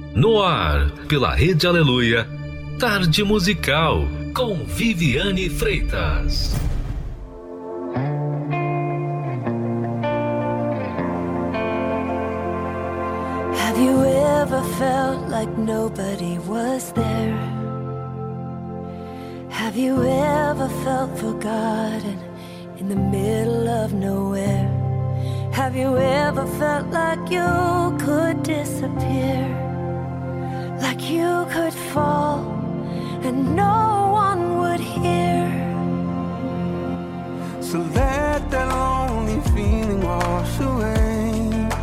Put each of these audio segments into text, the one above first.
No ar, pela Rede Aleluia, Tarde Musical, com Viviane Freitas. Have you ever felt like nobody was there? Have you ever felt forgotten in the middle of nowhere? Have you ever felt like you could disappear? Like you could fall and no one would hear? So let that lonely feeling wash away.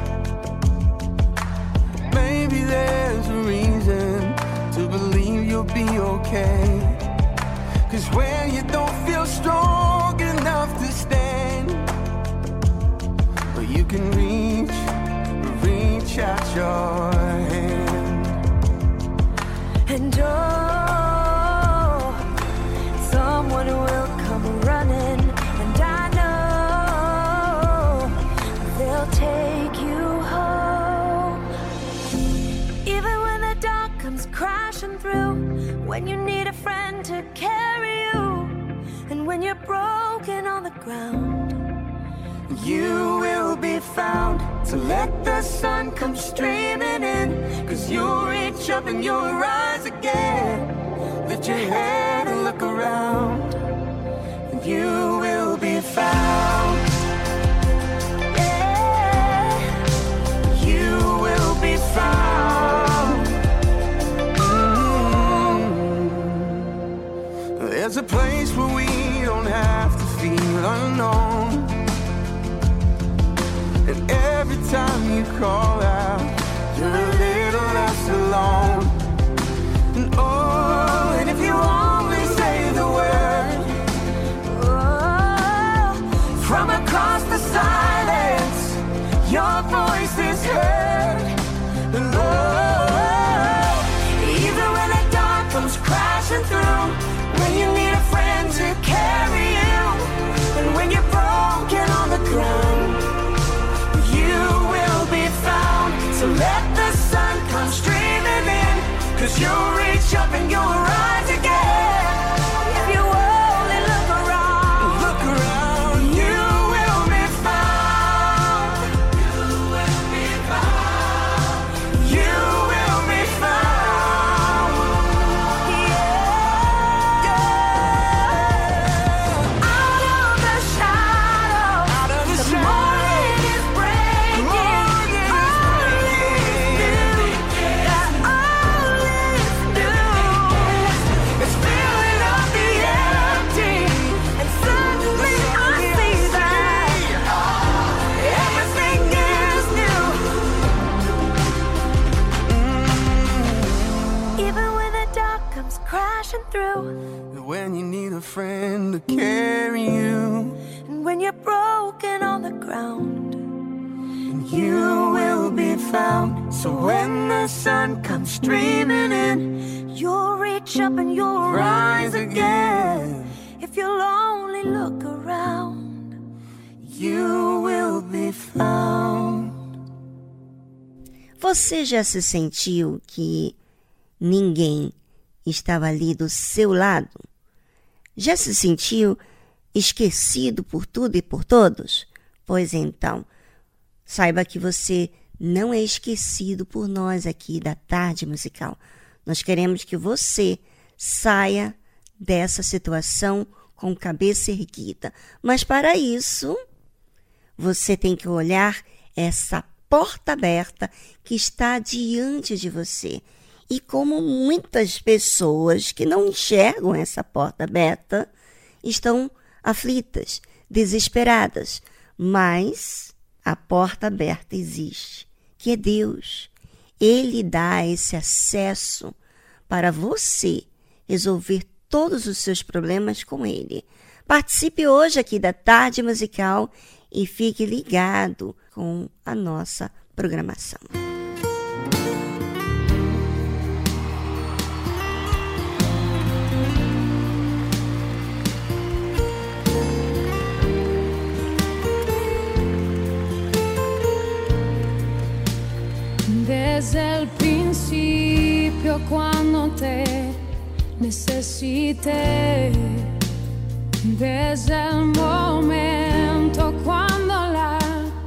Maybe there's a reason to believe you'll be okay. 'Cause when you don't feel strong enough to stand, well, you can reach out your hand. And oh, someone will come running, and I know they'll take you home. Even when the dark comes crashing through, when you need a friend to carry you, and when you're broken on the ground, you will be found. So let the sun come streaming in, 'cause you'll reach up and you'll rise again. Lift your head and look around, and you will be found. Yeah, you will be found. There's a place where we don't have to feel unknown. And every time you call out, you're a little less alone. And oh, and if you only say the word, oh, from across the silence, your voice is heard. And oh, even when the dark comes crashing through, when you need a friend to carry you, and when you're broken on the ground, so let the sun come streaming in, 'cause you'll reach up and you'll rise again. If you only look around, you will be found. You will be found. You will be found. Yeah, yeah. Out of the shadow, the morning is breaking. Crashing through, when you need a friend to carry you, and when you're broken on the ground, and you will be found. So when the sun comes streaming in, you'll reach up and you'll rise again. If you'll only look around, you will be found. Você já se sentiu que ninguém estava ali do seu lado? Já se sentiu esquecido por tudo e por todos? Pois então, saiba que você não é esquecido por nós aqui da Tarde Musical. Nós queremos que você saia dessa situação com cabeça erguida. Mas para isso, você tem que olhar essa porta aberta que está diante de você. E como muitas pessoas que não enxergam essa porta aberta estão aflitas, desesperadas, mas a porta aberta existe, que é Deus. Ele dá esse acesso para você resolver todos os seus problemas com Ele. Participe hoje aqui da Tarde Musical e fique ligado com a nossa programação. Desde el principio principio cuando te necesité, desde el momento cuando la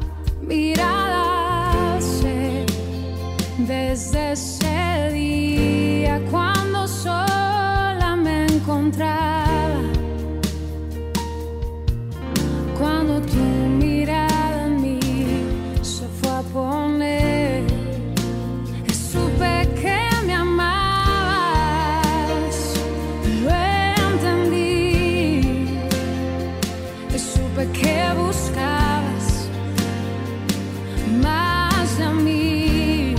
mirada alcé, desde ese día cuando sola me encontraba, cuando tu mirada en mí se fue a poner, supe que me amabas, lo entendí, supe que buscabas más de mí,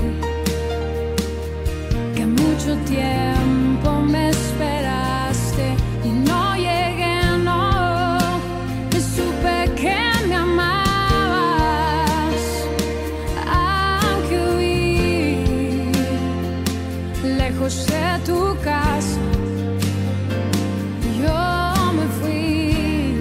que mucho tiempo me esperaste y no llegué, no, supe que me amabas, aunque huí lejos de tu casa, yo me fui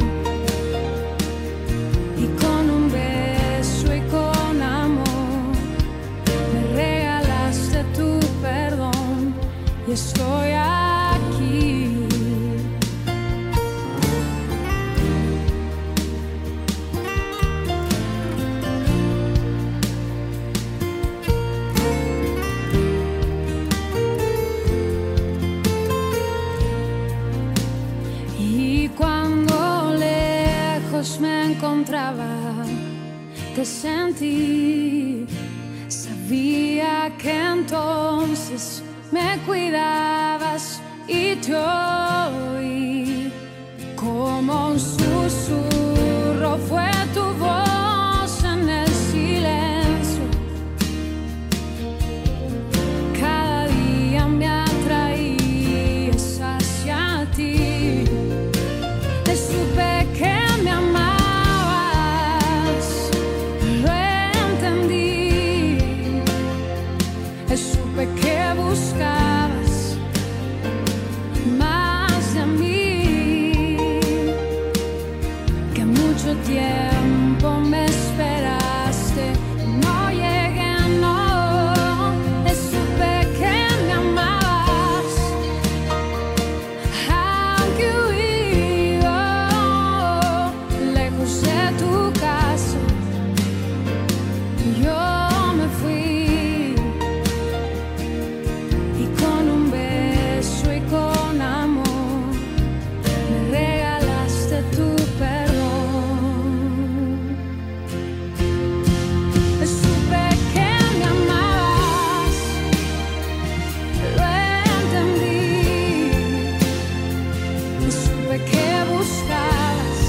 y con un beso y con amor me regalaste tu perdón y estoy aquí. Y cuando lejos me encontraba, te sentí, sabía que entonces me cuidabas y te oí, como un susurro fue tu voz en el silencio, cada día me atraías hacia ti, te supe que me amabas, lo entendí, supe que buscabas más de mí, que mucho tiempo me esperaste, no llegué, no, supe que me amabas, aunque huí lejos de tu casa, yo me fui y con un beso y con amor me regalaste tu perdón. Supe que me amabas, lo entendí, supe que buscabas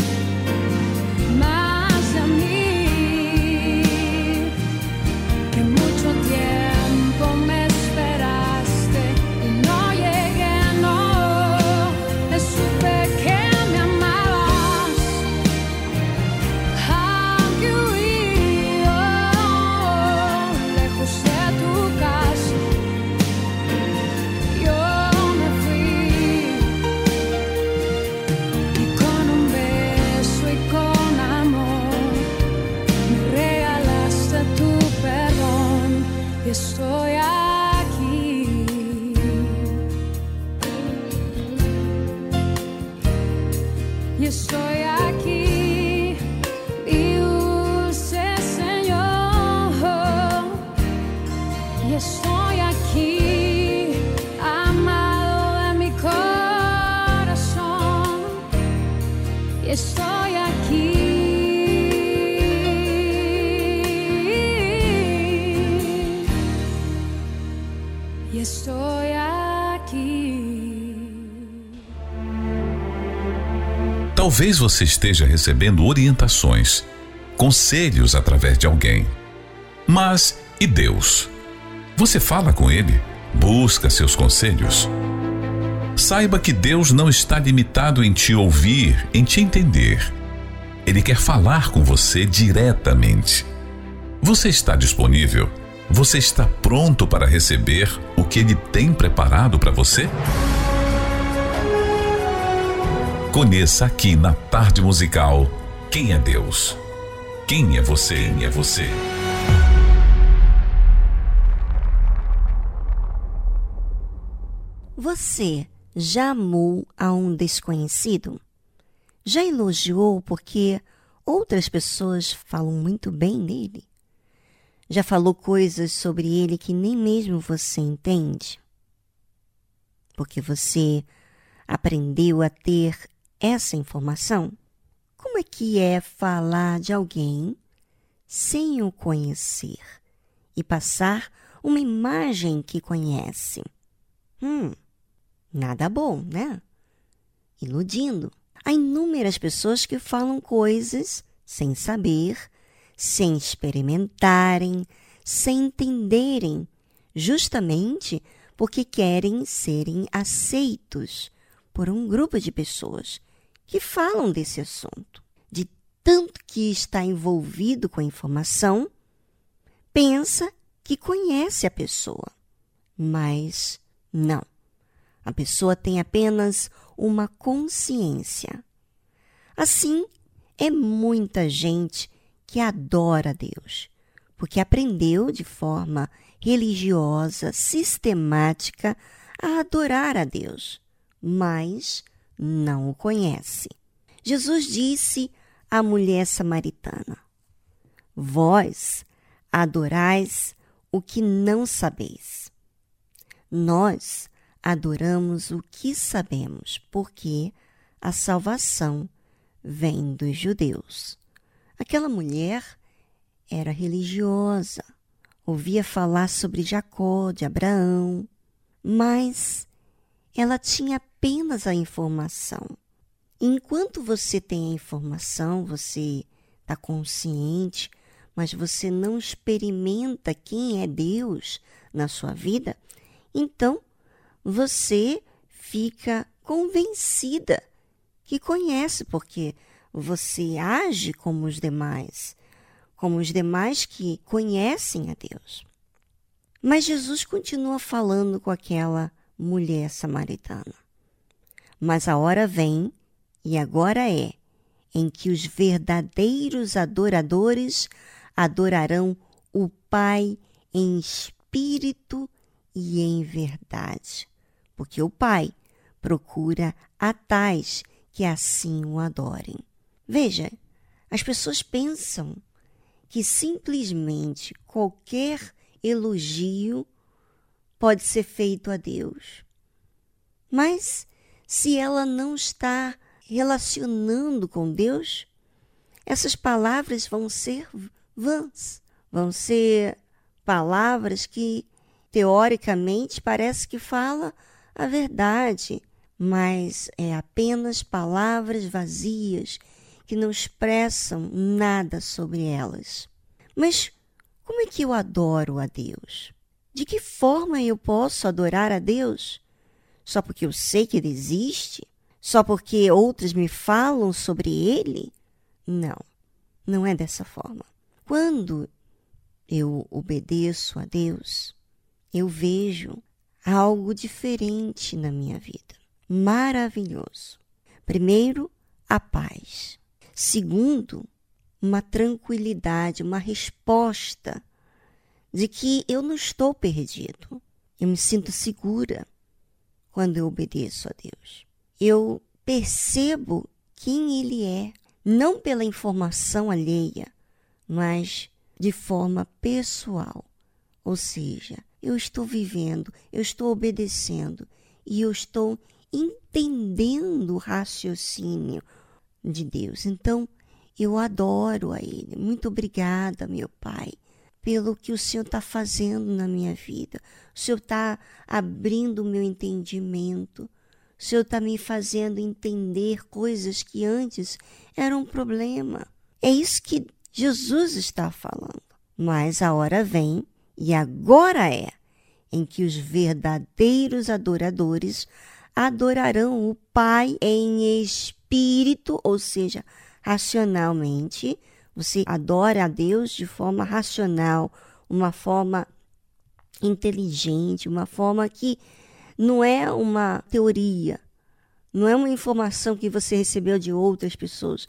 más de mí, que mucho tiempo me esperaste y no llegué, no, supe que me amabas, aunque huí lejos de tu casa, yo me fui y con un beso y con amor me regalaste tu perdón y estoy aquí. Y estoy aquí, mi dulce Señor, y estoy aquí, amado de mi corazón, y estoy aquí. Y estoy aquí. Talvez você esteja recebendo orientações, conselhos através de alguém. Mas e Deus? Você fala com Ele? Busca seus conselhos? Saiba que Deus não está limitado em te ouvir, em te entender. Ele quer falar com você diretamente. Você está disponível? Você está pronto para receber o que Ele tem preparado para você? Conheça aqui na Tarde Musical quem é Deus. Quem é você? Quem é você? Você já amou a um desconhecido? Já elogiou porque outras pessoas falam muito bem dele? Já falou coisas sobre ele que nem mesmo você entende? Porque você aprendeu a ter essa informação? Como é que é falar de alguém sem o conhecer e passar uma imagem que conhece? Nada bom, né? Iludindo. Há inúmeras pessoas que falam coisas sem saber, sem experimentarem, sem entenderem, justamente porque querem serem aceitos por um grupo de pessoas que falam desse assunto. De tanto que está envolvido com a informação, pensa que conhece a pessoa. Mas não. A pessoa tem apenas uma consciência. Assim, é muita gente que adora a Deus, porque aprendeu de forma religiosa, sistemática, a adorar a Deus, mas não o conhece. Jesus disse à mulher samaritana: vós adorais o que não sabeis. Nós adoramos o que sabemos, porque a salvação vem dos judeus. Aquela mulher era religiosa, ouvia falar sobre Jacó, de Abraão, mas ela tinha apenas a informação. Enquanto você tem a informação, você está consciente, mas você não experimenta quem é Deus na sua vida, então você fica convencida que conhece, porque você age como os demais que conhecem a Deus. Mas Jesus continua falando com aquela mulher samaritana. Mas a hora vem, e agora é, em que os verdadeiros adoradores adorarão o Pai em espírito e em verdade, porque o Pai procura a tais que assim o adorem. Veja, as pessoas pensam que simplesmente qualquer elogio pode ser feito a Deus. Mas se ela não está relacionando com Deus, essas palavras vão ser vãs, vão ser palavras que teoricamente parece que fala a verdade, mas é apenas palavras vazias que não expressam nada sobre elas. Mas como é que eu adoro a Deus? De que forma eu posso adorar a Deus? Só porque eu sei que Ele existe? Só porque outros me falam sobre Ele? Não, não é dessa forma. Quando eu obedeço a Deus, eu vejo algo diferente na minha vida. Maravilhoso. Primeiro, a paz. Segundo, uma tranquilidade, uma resposta de que eu não estou perdido. Eu me sinto segura quando eu obedeço a Deus. Eu percebo quem Ele é, não pela informação alheia, mas de forma pessoal. Ou seja, eu estou vivendo, eu estou obedecendo e eu estou entendendo o raciocínio de Deus. Então, eu adoro a Ele. Muito obrigada, meu Pai, pelo que o Senhor está fazendo na minha vida. O Senhor está abrindo o meu entendimento. O Senhor está me fazendo entender coisas que antes eram um problema. É isso que Jesus está falando. Mas a hora vem, e agora é, em que os verdadeiros adoradores adorarão o Pai em espírito, ou seja, racionalmente. Você adora a Deus de forma racional, uma forma inteligente, uma forma que não é uma teoria, não é uma informação que você recebeu de outras pessoas.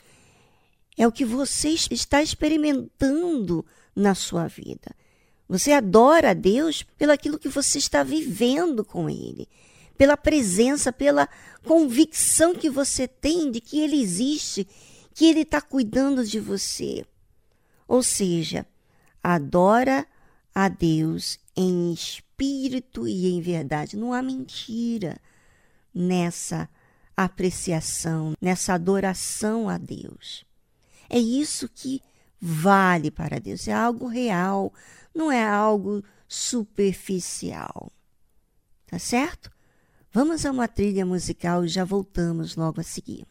É o que você está experimentando na sua vida. Você adora a Deus pelo aquilo que você está vivendo com Ele, pela presença, pela convicção que você tem de que Ele existe, que Ele está cuidando de você. Ou seja, adora a Deus em espírito e em verdade. Não há mentira nessa apreciação, nessa adoração a Deus. É isso que vale para Deus, é algo real, não é algo superficial. Tá certo? Vamos a uma trilha musical e já voltamos logo a seguir.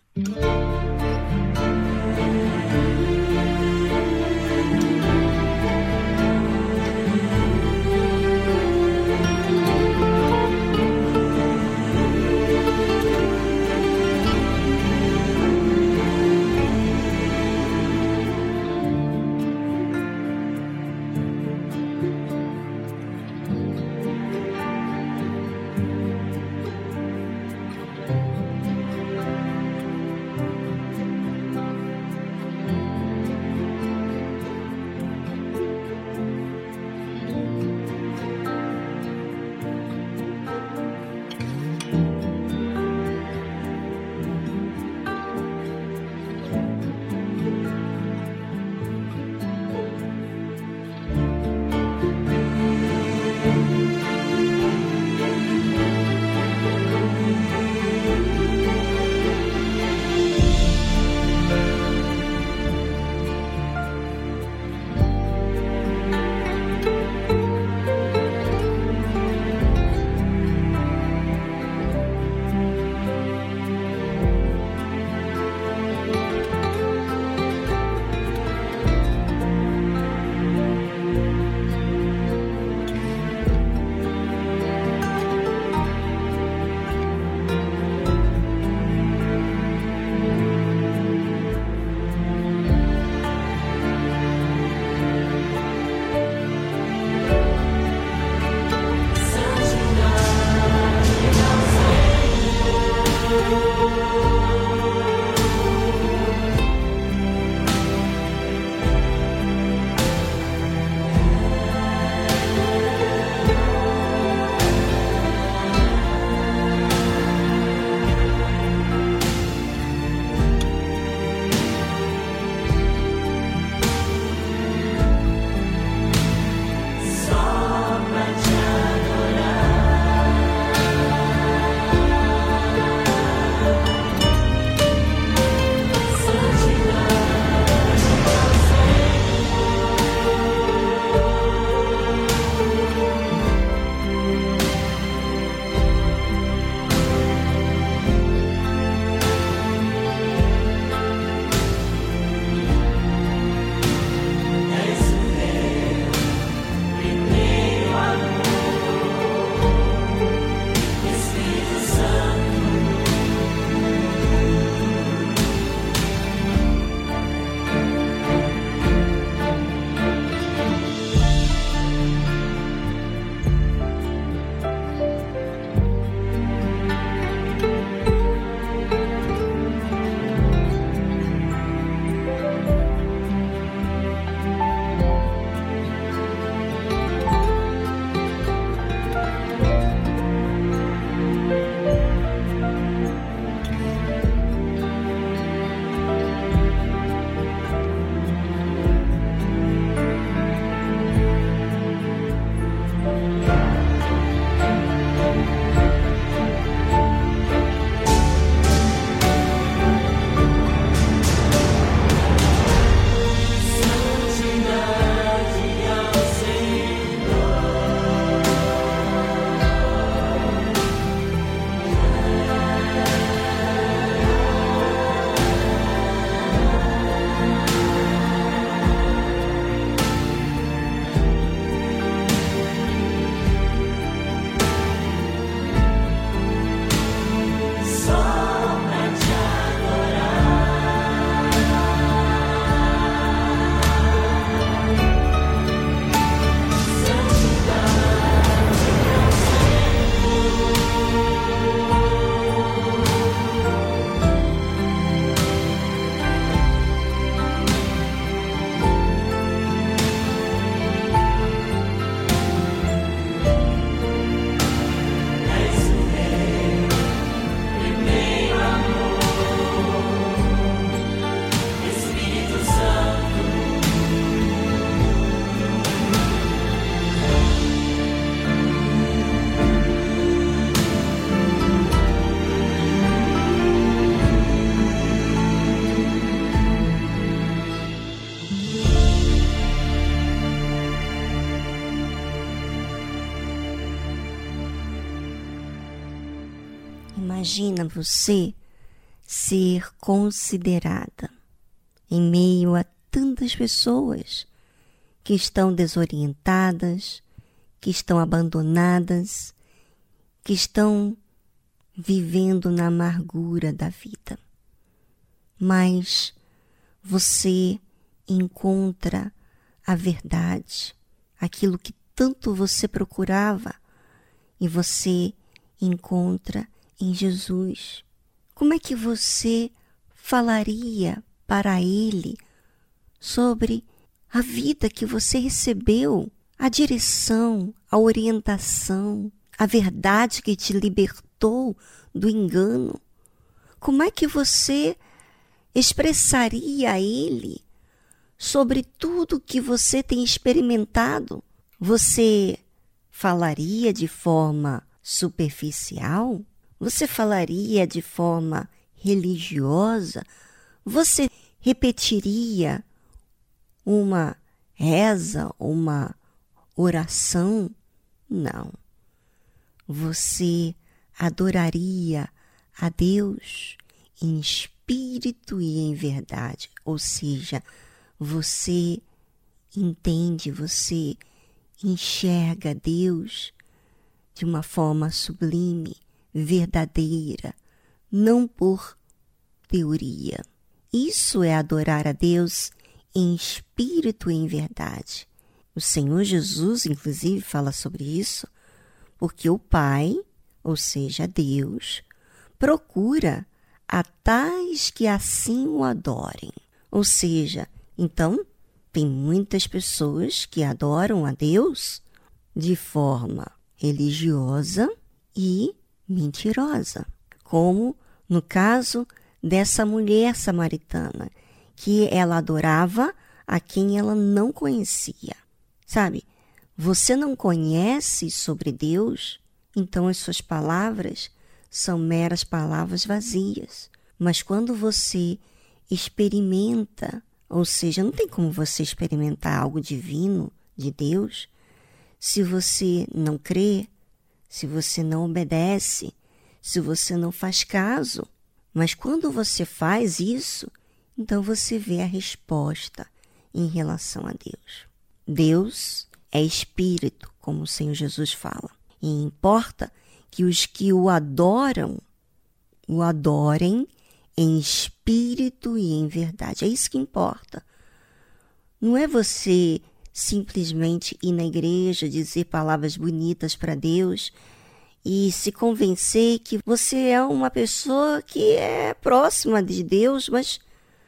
Imagina você ser considerada em meio a tantas pessoas que estão desorientadas, que estão abandonadas, que estão vivendo na amargura da vida. Mas você encontra a verdade, aquilo que tanto você procurava, e você encontra em Jesus. Como é que você falaria para Ele sobre a vida que você recebeu, a direção, a orientação, a verdade que te libertou do engano? Como é que você expressaria a Ele sobre tudo que você tem experimentado? Você falaria de forma superficial? Você falaria de forma religiosa? Você repetiria uma reza, uma oração? Não. Você adoraria a Deus em espírito e em verdade. Ou seja, você entende, você enxerga Deus de uma forma sublime, verdadeira, não por teoria. Isso é adorar a Deus em espírito e em verdade. O Senhor Jesus, inclusive, fala sobre isso, porque o Pai, ou seja, Deus, procura a tais que assim o adorem. Ou seja, então, tem muitas pessoas que adoram a Deus de forma religiosa e mentirosa, como no caso dessa mulher samaritana, que ela adorava a quem ela não conhecia. Sabe, você não conhece sobre Deus, então as suas palavras são meras palavras vazias. Mas quando você experimenta, ou seja, não tem como você experimentar algo divino de Deus se você não crê, se você não obedece, se você não faz caso. Mas quando você faz isso, então você vê a resposta em relação a Deus. Deus é espírito, como o Senhor Jesus fala. E importa que os que o adorem em espírito e em verdade. É isso que importa. Não é você simplesmente ir na igreja, dizer palavras bonitas para Deus e se convencer que você é uma pessoa que é próxima de Deus, mas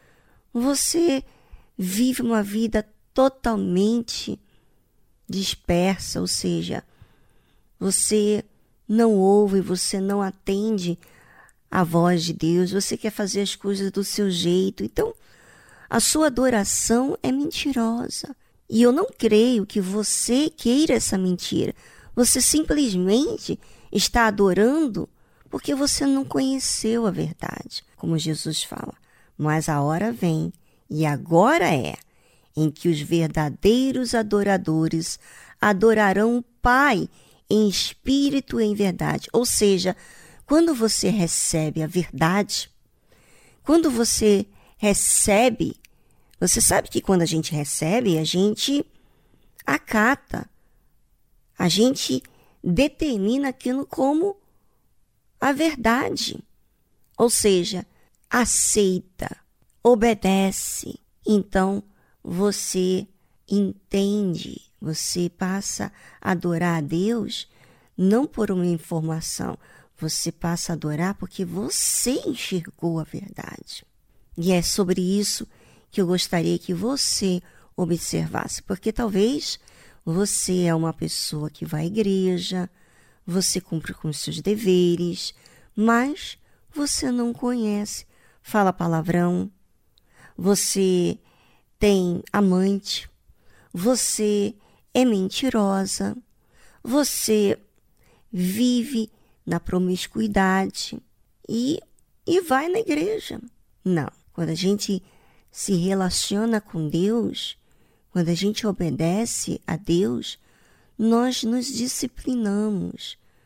você vive uma vida totalmente dispersa, ou seja, você não ouve, você não atende a voz de Deus, você quer fazer as coisas do seu jeito. Então, a sua adoração é mentirosa. E eu não creio que você queira essa mentira. Você simplesmente está adorando porque você não conheceu a verdade, como Jesus fala. Mas a hora vem, e agora é, em que os verdadeiros adoradores adorarão o Pai em espírito e em verdade. Ou seja, quando você recebe a verdade, quando você recebe, você sabe que quando a gente recebe, a gente acata, a gente determina aquilo como a verdade. Ou seja, aceita, obedece. Então, você entende, você passa a adorar a Deus não por uma informação, você passa a adorar porque você enxergou a verdade. E é sobre isso que eu gostaria que você observasse, porque talvez você é uma pessoa que vai à igreja, você cumpre com os seus deveres, mas você não conhece, fala palavrão, você tem amante, você é mentirosa, você vive na promiscuidade e vai na igreja. Não, quando a gente se relaciona com Deus, quando a gente obedece a Deus, nós nos disciplinamos,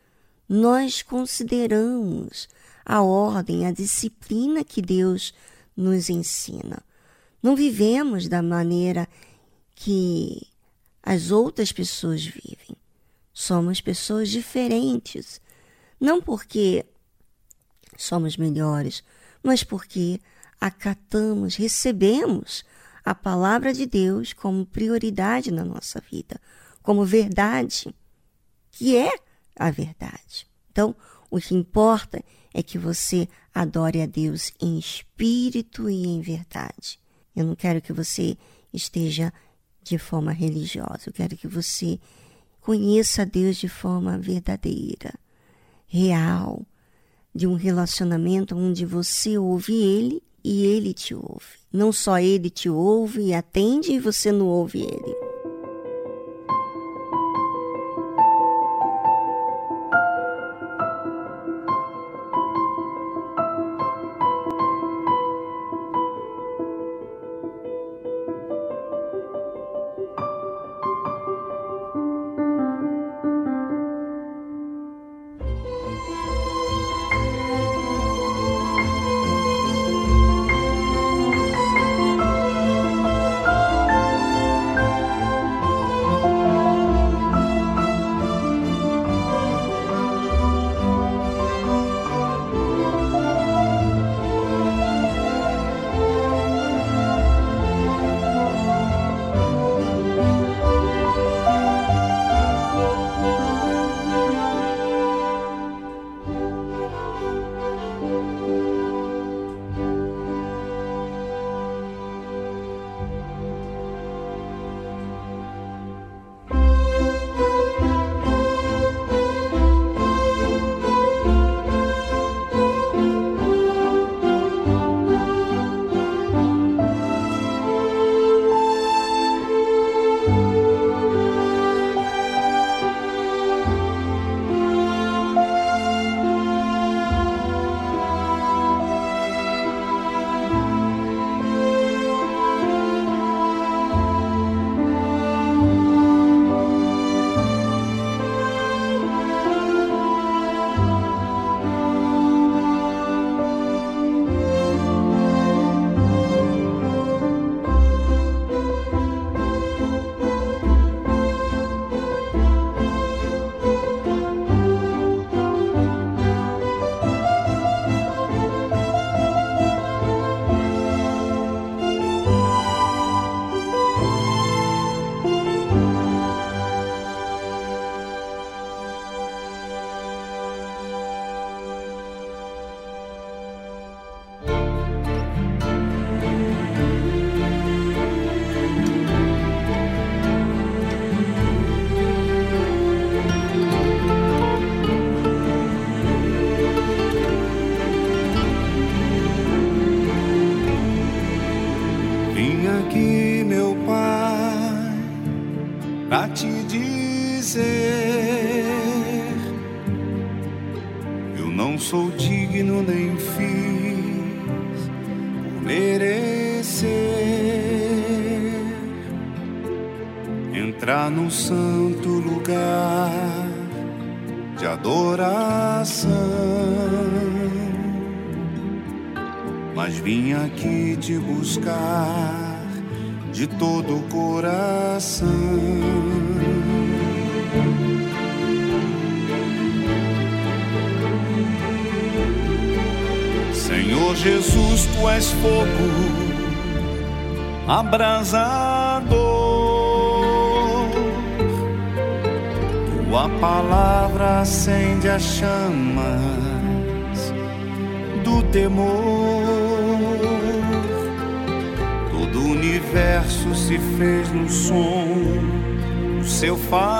nós consideramos a ordem, a disciplina que Deus nos ensina. Não vivemos da maneira que as outras pessoas vivem. Somos pessoas diferentes. Não porque somos melhores, mas porque acatamos, recebemos a palavra de Deus como prioridade na nossa vida, como verdade, que é a verdade. Então, o que importa é que você adore a Deus em espírito e em verdade. Eu não quero que você esteja de forma religiosa. Eu quero que você conheça a Deus de forma verdadeira, real, de um relacionamento onde você ouve Ele e Ele te ouve. Não só Ele te ouve e atende e você não ouve Ele. pra te dizer: eu não sou digno nem fiz por merecer entrar num santo lugar de adoração, mas vim aqui te buscar de todo o coração. Senhor Jesus, tu és fogo abrasador, tua palavra acende as chamas do temor. Todo o universo se fez no som do seu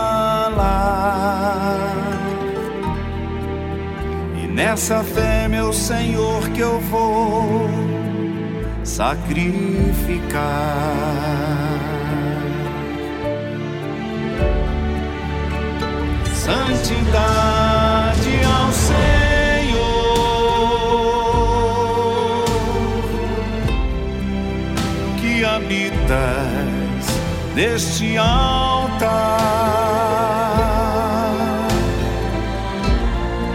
falar. E nessa fé, meu Senhor, que eu vou sacrificar. Santidade ao Senhor, que habitas neste altar.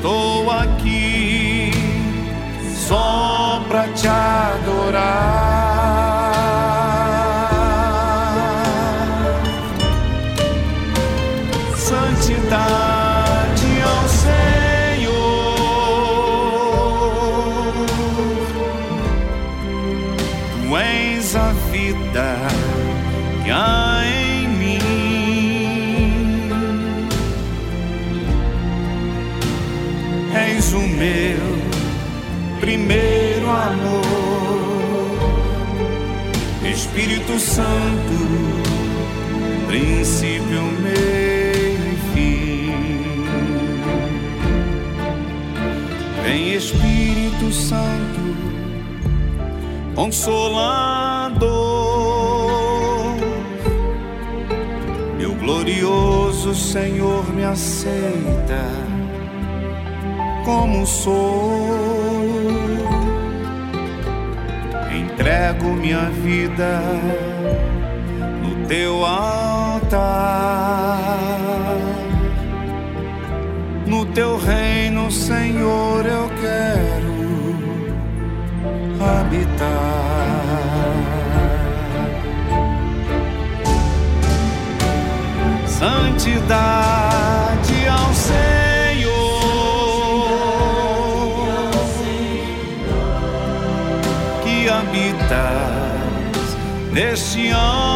estou aqui só pra te adorar. Santidade ao Senhor, tu és a vida que há em mim, és o meu primeiro amor, Espírito Santo, princípio, meio e fim. Vem Espírito Santo, Consolador, meu glorioso Senhor, me aceita como sou. Entrego minha vida no teu altar, no teu reino, Senhor, eu quero habitar. Santidade ao Senhor, que habitas neste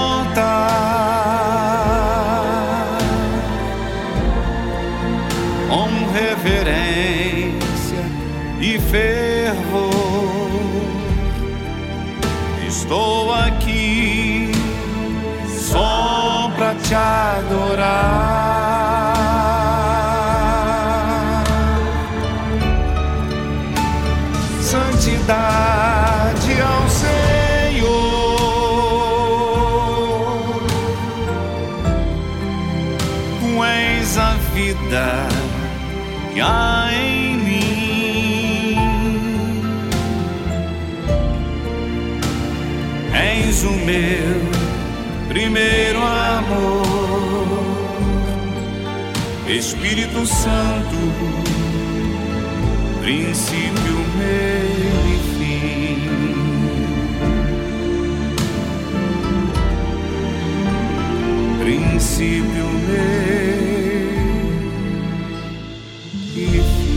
altar, com reverência e fervor. Estou aqui só pra te adorar. Santidade ao Senhor, tu és a vida que há em mim, és o meu primeiro amor, Espírito Santo, princípio, meio e fim. Princípio, meio e fim.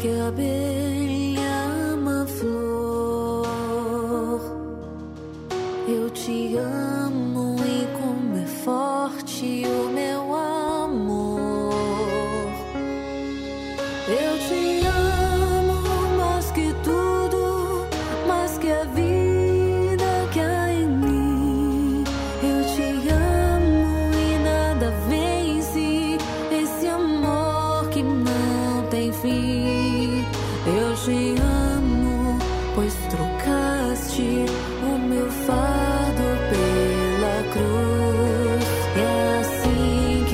que a abelha ama a flor. Eu te amo e como é forte o meu amor. Eu te amo mais que tudo, mais que a vida que há em mim. Eu te amo e nada vence esse amor que não tem fim. Eu te amo, pois trocaste o meu fardo pela cruz. É assim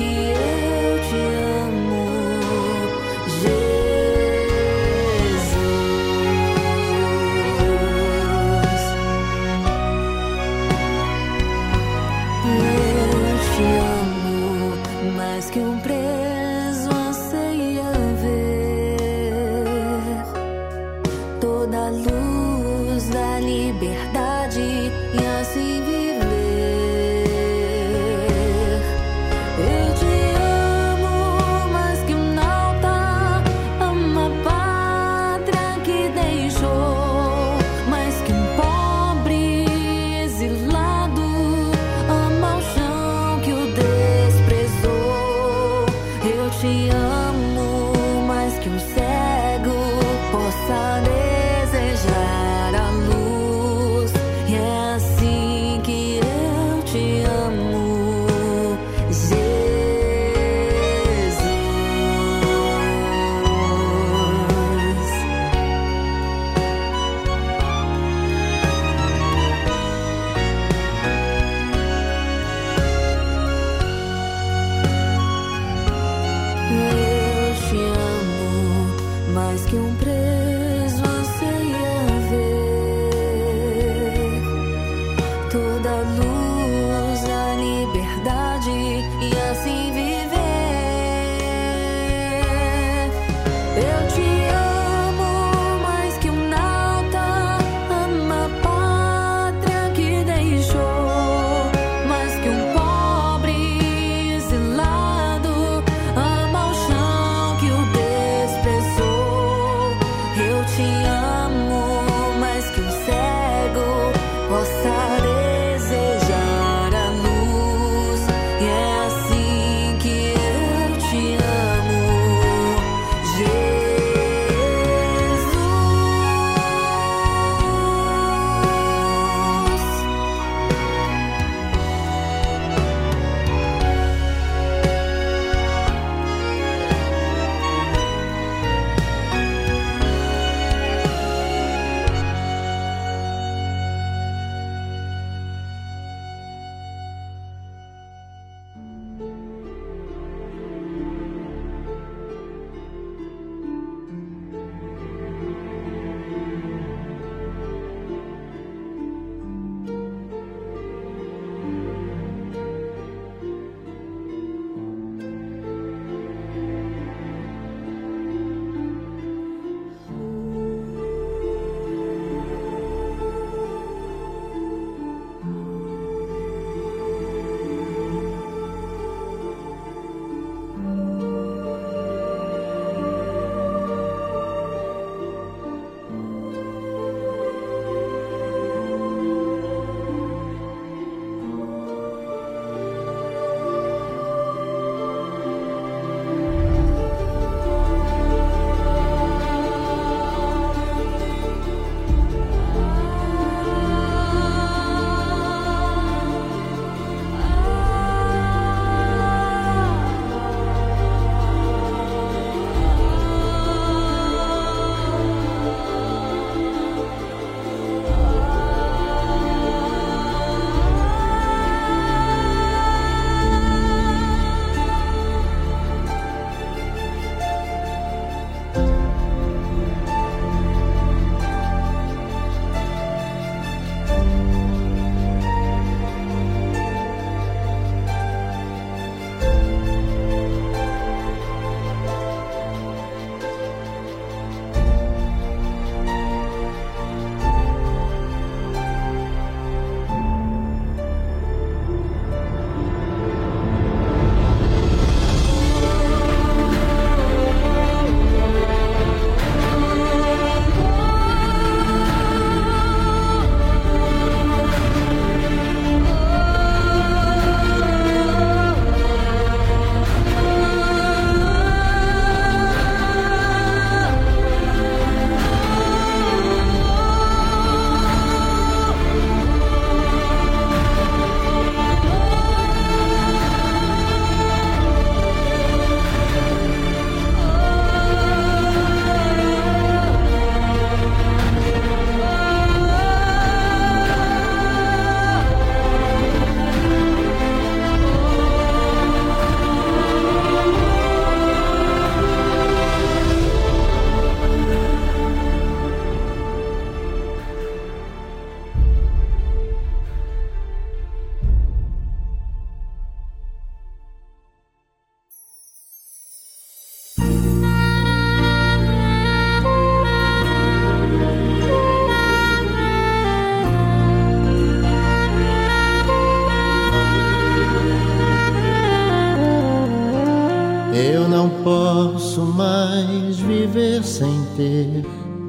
posso mais viver sem ter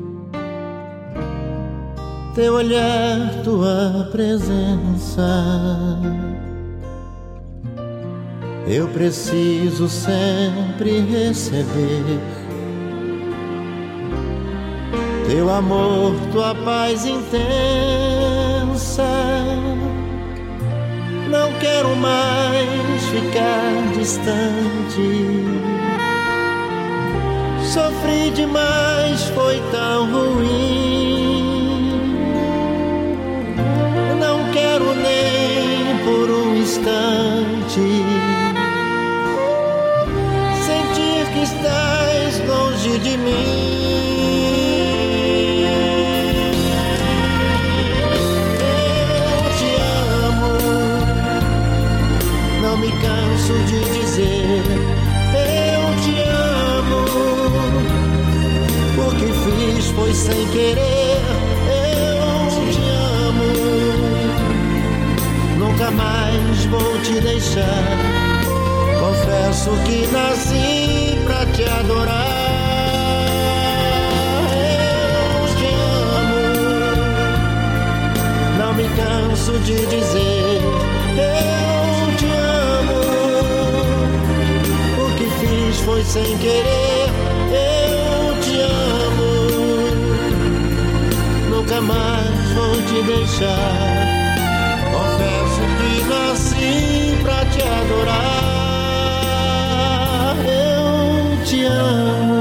teu olhar, tua presença. Eu preciso sempre receber teu amor, tua paz intensa. Não quero mais ficar distante. Sofri demais, foi tão ruim. Não quero nem por um instante sentir que estás longe de mim. Não me canso de dizer eu te amo. O que fiz foi sem querer. Eu te amo. Nunca mais vou te deixar. Confesso que nasci pra te adorar. Eu te amo. Não me canso de dizer eu te amo. O que fiz foi sem querer. Eu te amo. Nunca mais vou te deixar. Confesso que nasci pra te adorar. Eu te amo.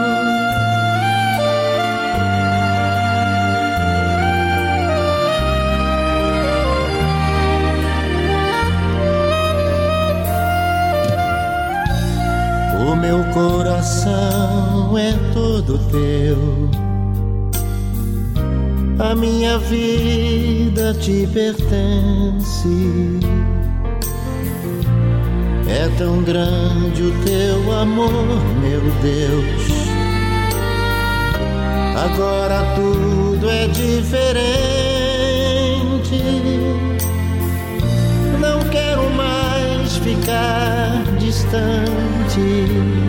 O meu coração é todo teu, a minha vida te pertence. É tão grande o teu amor, meu Deus. Agora tudo é diferente. Não quero mais ficar distante.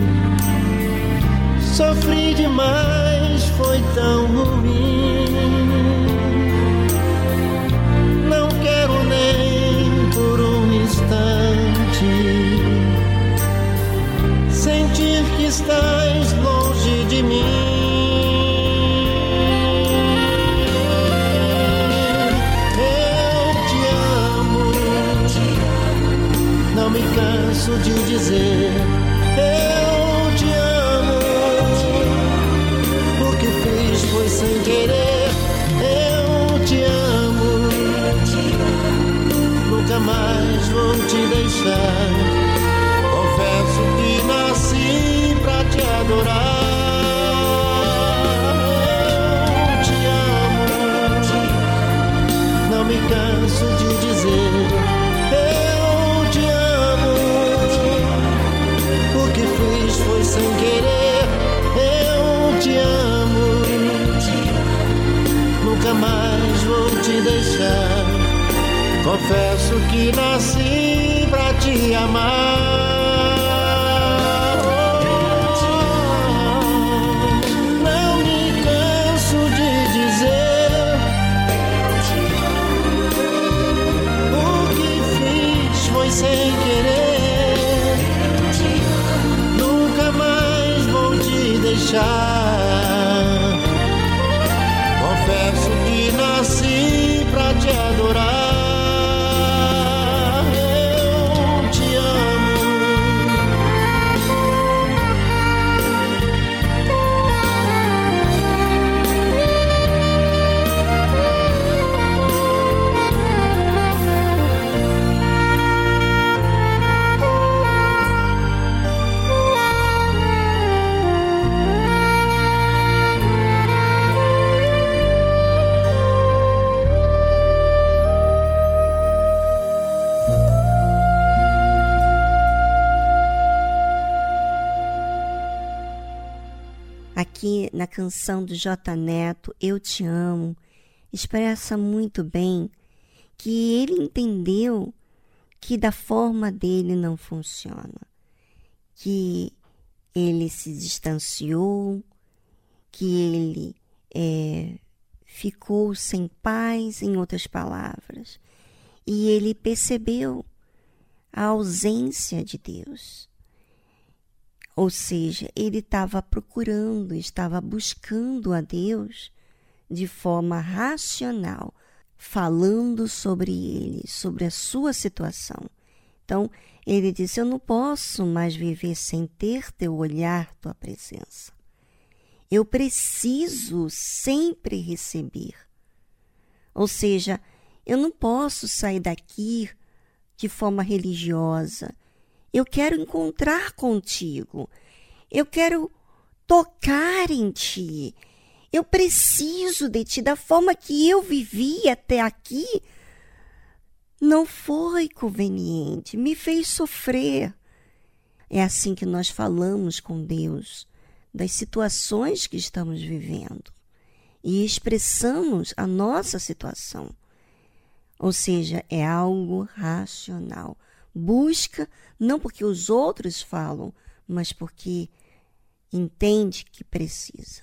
Sofri demais, foi tão ruim. Não quero nem por um instante sentir que estás longe de mim. Eu te amo. Não me canso de dizer eu te amo. O que fiz foi sem querer. Eu te amo. Nunca mais vou te deixar. Confesso que nasci pra te adorar. Eu te amo. Não me canso de dizer eu te amo. O que fiz foi sem querer. Eu te amo. Nunca mais vou te deixar. Confesso que nasci pra te amar. Não me canso de dizer o que fiz foi sem querer. Nunca mais vou te deixar. Confesso que nasci pra te adorar. Aqui na canção do J. Neto, Eu Te Amo, expressa muito bem que ele entendeu que da forma dele não funciona, que ele se distanciou, que ele ficou sem paz, em outras palavras, e ele percebeu a ausência de Deus. Ou seja, ele estava procurando, estava buscando a Deus de forma racional, falando sobre ele, sobre a sua situação. Então, ele disse, eu não posso mais viver sem ter teu olhar, tua presença. Eu preciso sempre receber. Ou seja, eu não posso sair daqui de forma religiosa. Eu quero encontrar contigo. Eu quero tocar em ti. Eu preciso de ti. Da forma que eu vivi até aqui, não foi conveniente. Me fez sofrer. É assim que nós falamos com Deus, das situações que estamos vivendo. E expressamos a nossa situação. Ou seja, é algo racional. Busca, não porque os outros falam, mas porque entende que precisa.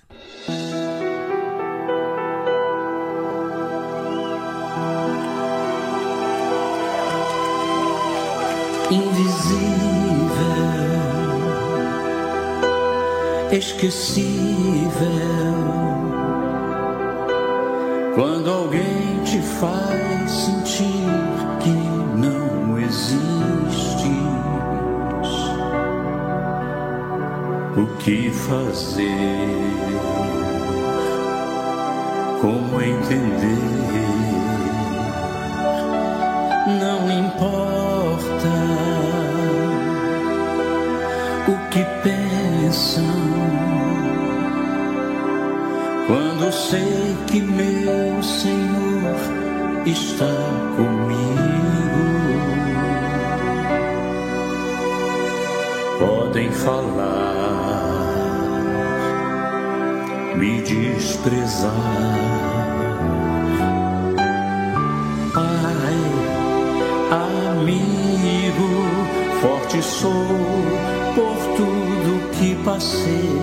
Invisível, esquecível, quando alguém te faz sentir que não existes, o que fazer, como entender, não importa o que pensam, quando sei que meu Senhor está comigo. Podem falar, me desprezar, Pai, amigo, forte sou por tudo que passei.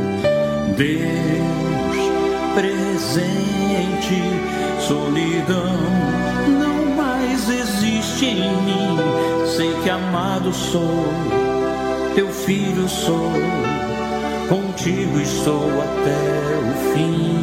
Deus presente, solidão não mais existe em mim. Sei que amado sou, teu filho sou, contigo estou até o fim.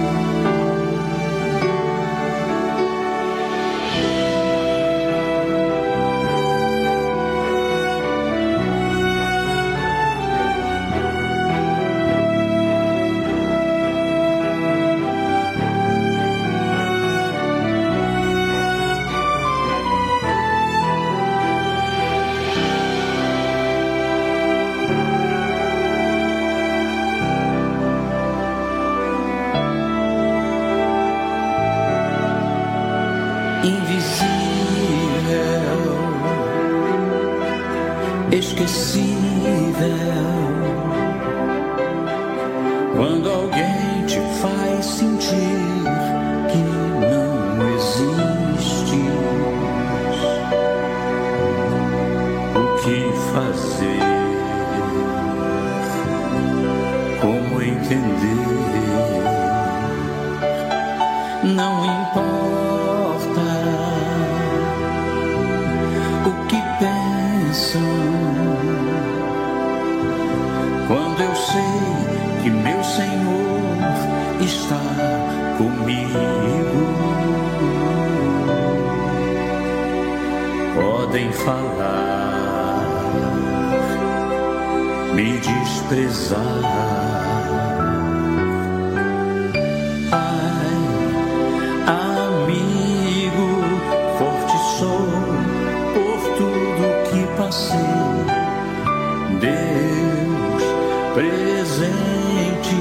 Esquecível, quando alguém te faz sentir que não existes, o que fazer, como entender, não importa o que pensam. Quando eu sei que meu Senhor está comigo, podem falar, me desprezar, amigo, forte sou por tudo que passei. Deus presente,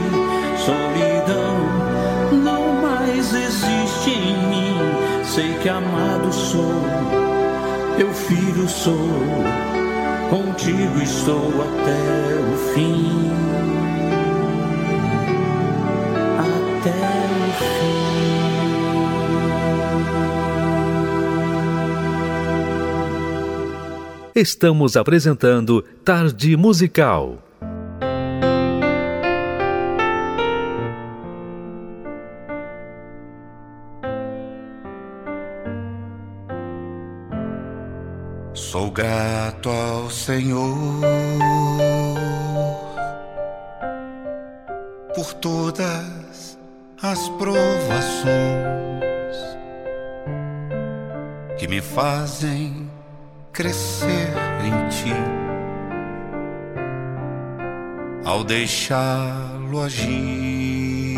solidão não mais existe em mim. Sei que amado sou, teu filho sou, contigo estou até o fim. Até o fim. Estamos apresentando Tarde Musical. Sou grato ao Senhor por todas as provações que me fazem crescer em Ti, ao deixá-lo agir.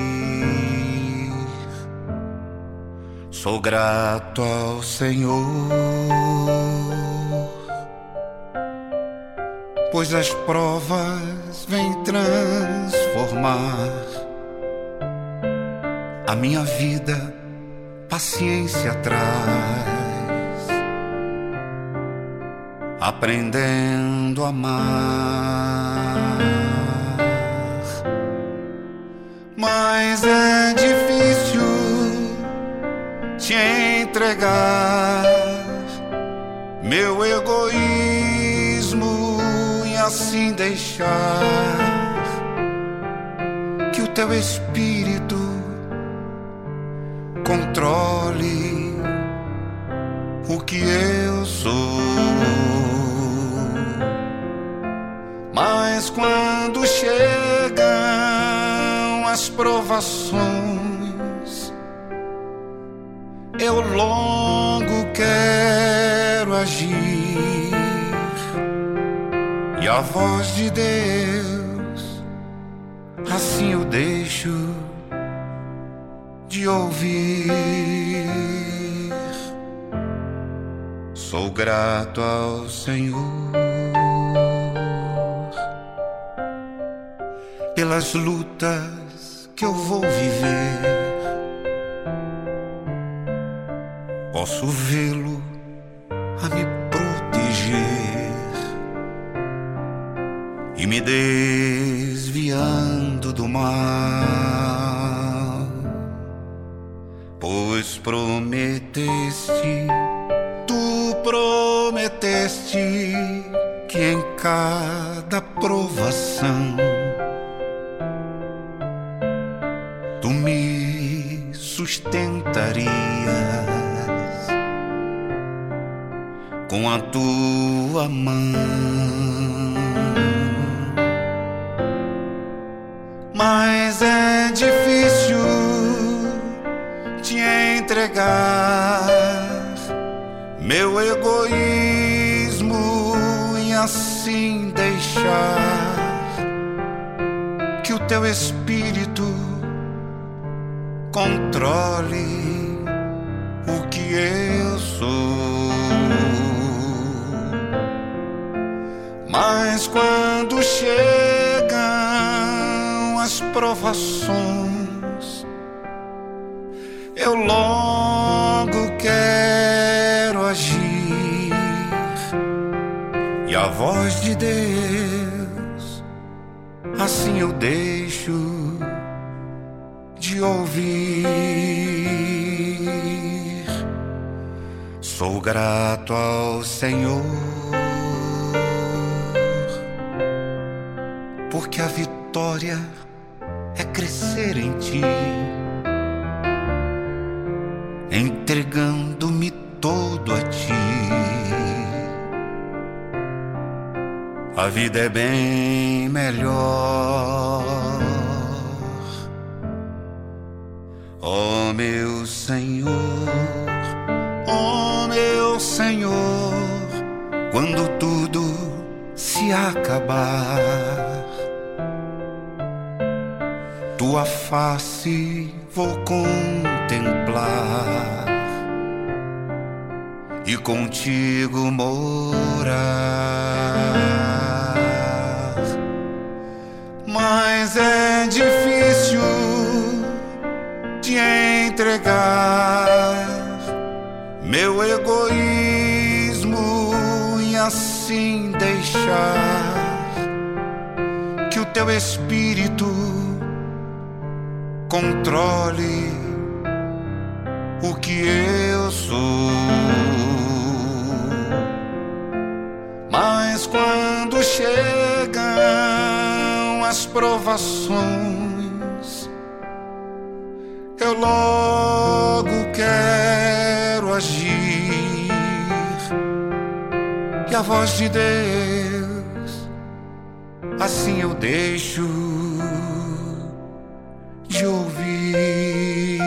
Sou grato ao Senhor, pois as provas vêm transformar a minha vida, paciência traz, aprendendo a amar. Mas é difícil te entregar meu egoísmo e assim deixar que o teu Espírito controle o que eu sou. Mas quando chegam as provações, eu logo quero agir, e a voz de Deus assim eu deixo de ouvir. Sou grato ao Senhor pelas lutas que eu vou viver. Posso vê-lo a me proteger e me desviando do mal, pois prometeste, tu prometeste que em cada provação tu me sustentarias com a tua mão. Mas é difícil te entregar meu egoísmo e assim deixar que o teu Espírito controle o que eu sou. Mas quando chegam as provações, eu logo quero agir, e a voz de Deus assim eu deixo de ouvir. Sou grato ao Senhor, porque a vitória é crescer em Ti, entregando-me todo a Ti. A vida é bem melhor. Ó meu Senhor, ó meu Senhor, quando tudo se acabar, tua face vou contemplar e contigo morar. Mas é difícil te entregar meu egoísmo e assim deixar que o teu Espírito controle o que eu sou. Mas quando chegam as provações, eu logo quero agir, a voz de Deus, assim eu deixo de ouvir.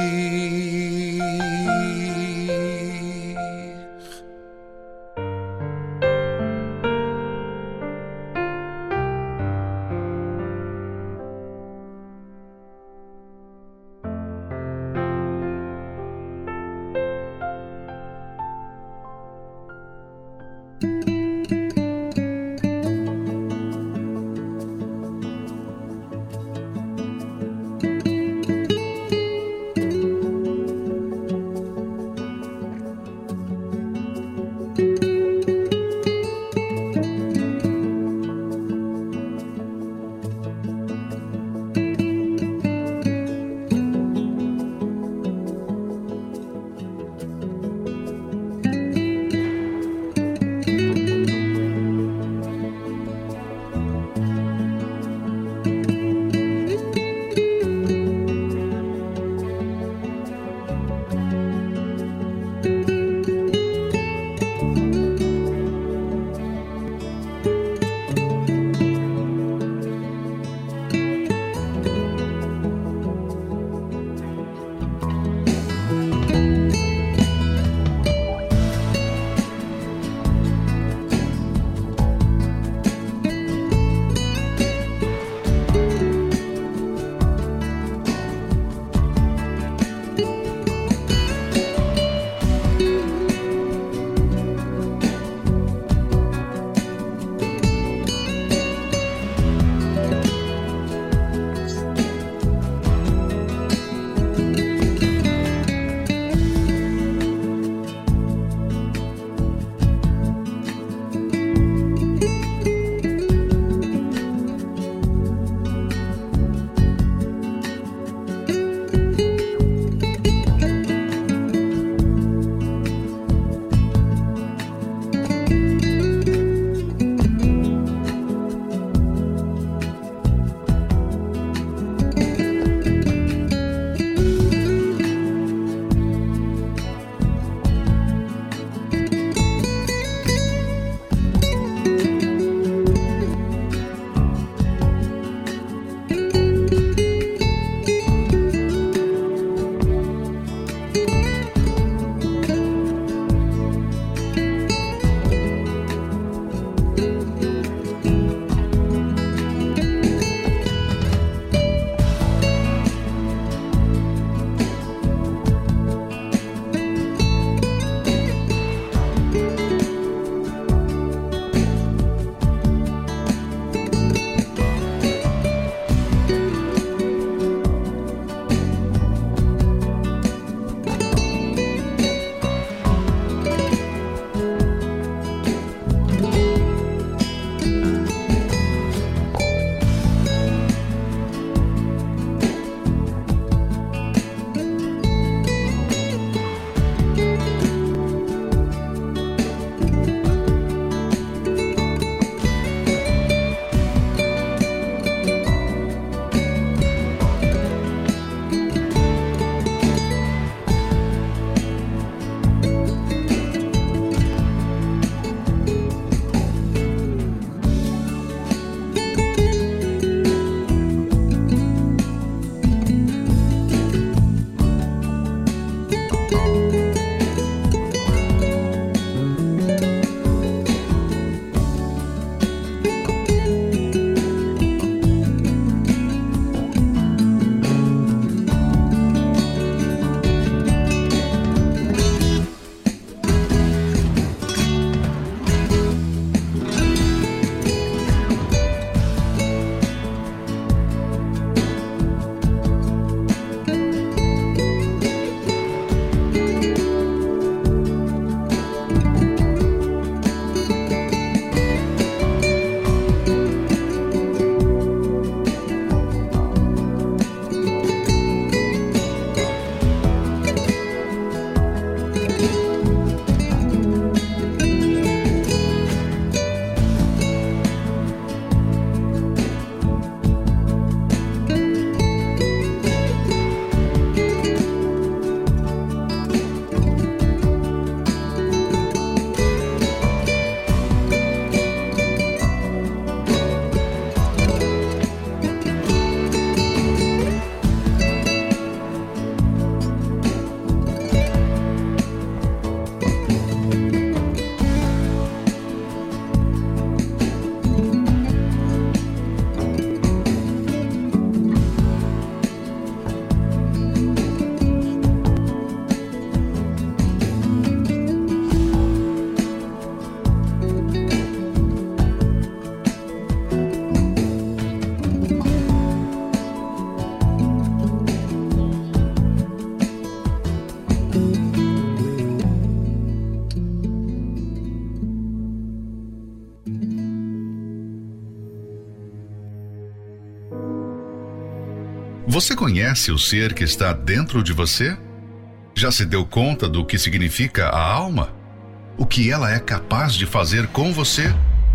Você conhece o ser que está dentro de você? Já se deu conta do que significa a alma? O que ela é capaz de fazer com você?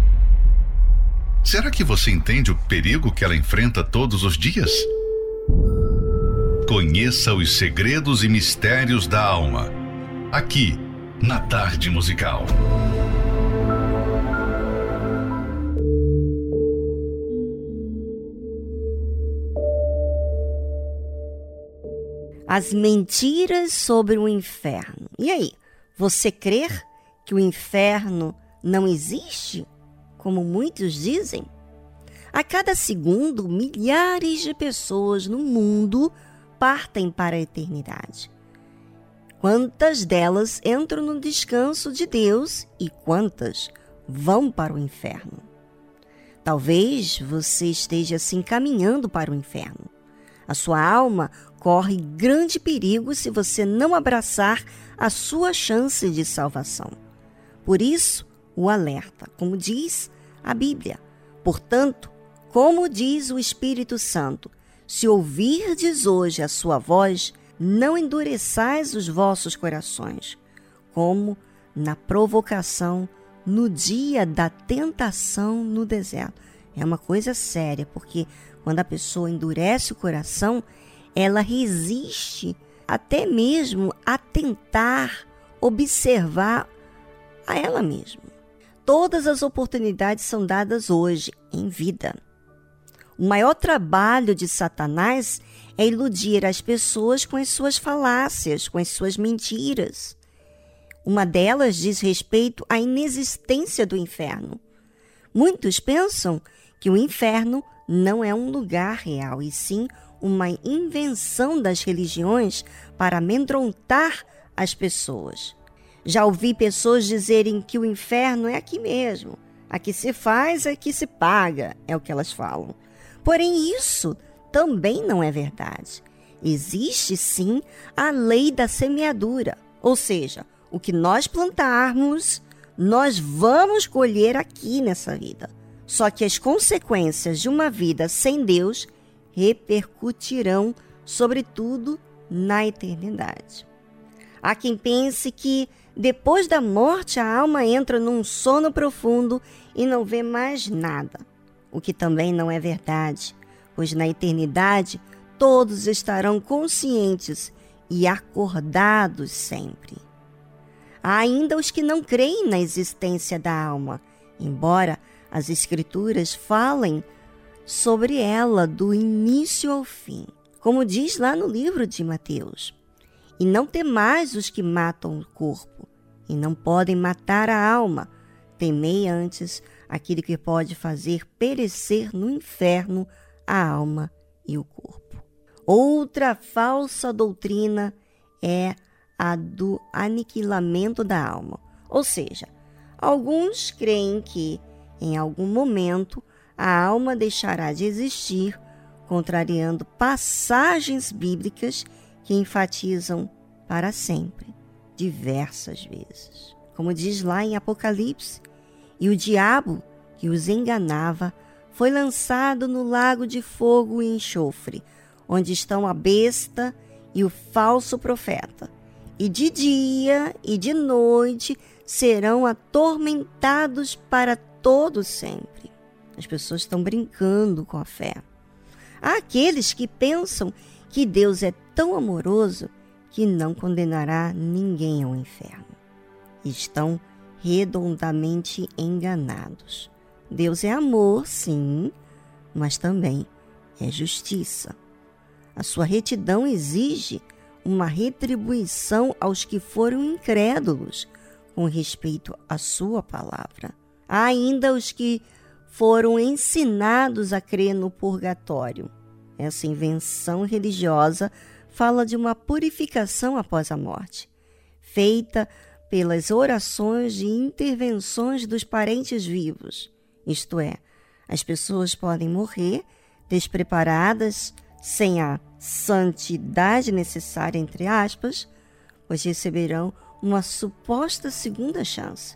Será que você entende o perigo que ela enfrenta todos os dias? Conheça os segredos e mistérios da alma, aqui na Tarde Musical. As mentiras sobre o inferno. E aí, você crê que o inferno não existe, como muitos dizem? A cada segundo, milhares de pessoas no mundo partem para a eternidade. Quantas delas entram no descanso de Deus e quantas vão para o inferno? Talvez você esteja se encaminhando para o inferno. A sua alma corre grande perigo se você não abraçar a sua chance de salvação. Por isso, o alerta, como diz a Bíblia. Portanto, como diz o Espírito Santo, se ouvirdes hoje a sua voz, não endureçais os vossos corações, como na provocação no dia da tentação no deserto. É uma coisa séria, porque quando a pessoa endurece o coração, ela resiste até mesmo a tentar observar a ela mesma. Todas as oportunidades são dadas hoje, em vida. O maior trabalho de Satanás é iludir as pessoas com as suas falácias, com as suas mentiras. Uma delas diz respeito à inexistência do inferno. Muitos pensam que o inferno não é um lugar real, e sim uma invenção das religiões para amedrontar as pessoas. Já ouvi pessoas dizerem que o inferno é aqui mesmo. Aqui se faz, aqui se paga, é o que elas falam. Porém, isso também não é verdade. Existe sim a lei da semeadura, ou seja, o que nós plantarmos, nós vamos colher aqui nessa vida. Só que as consequências de uma vida sem Deus repercutirão, sobretudo, na eternidade. Há quem pense que depois da morte a alma entra num sono profundo e não vê mais nada, o que também não é verdade, pois na eternidade todos estarão conscientes e acordados sempre. Há ainda os que não creem na existência da alma, embora as Escrituras falem sobre ela do início ao fim, como diz lá no livro de Mateus. E não temais os que matam o corpo, e não podem matar a alma. Temei antes aquele que pode fazer perecer no inferno a alma e o corpo. Outra falsa doutrina é a do aniquilamento da alma. Ou seja, alguns creem que, em algum momento, a alma deixará de existir, contrariando passagens bíblicas que enfatizam para sempre, diversas vezes. Como diz lá em Apocalipse, e o diabo que os enganava foi lançado no lago de fogo e enxofre, onde estão a besta e o falso profeta. E de dia e de noite serão atormentados para todo sempre. As pessoas estão brincando com a fé. Há aqueles que pensam que Deus é tão amoroso que não condenará ninguém ao inferno. Estão redondamente enganados. Deus é amor, sim, mas também é justiça. A sua retidão exige uma retribuição aos que foram incrédulos com respeito à sua palavra. Há ainda os que foram ensinados a crer no purgatório. Essa invenção religiosa fala de uma purificação após a morte, feita pelas orações e intervenções dos parentes vivos. Isto é, as pessoas podem morrer despreparadas, sem a santidade necessária, entre aspas, pois receberão uma suposta segunda chance.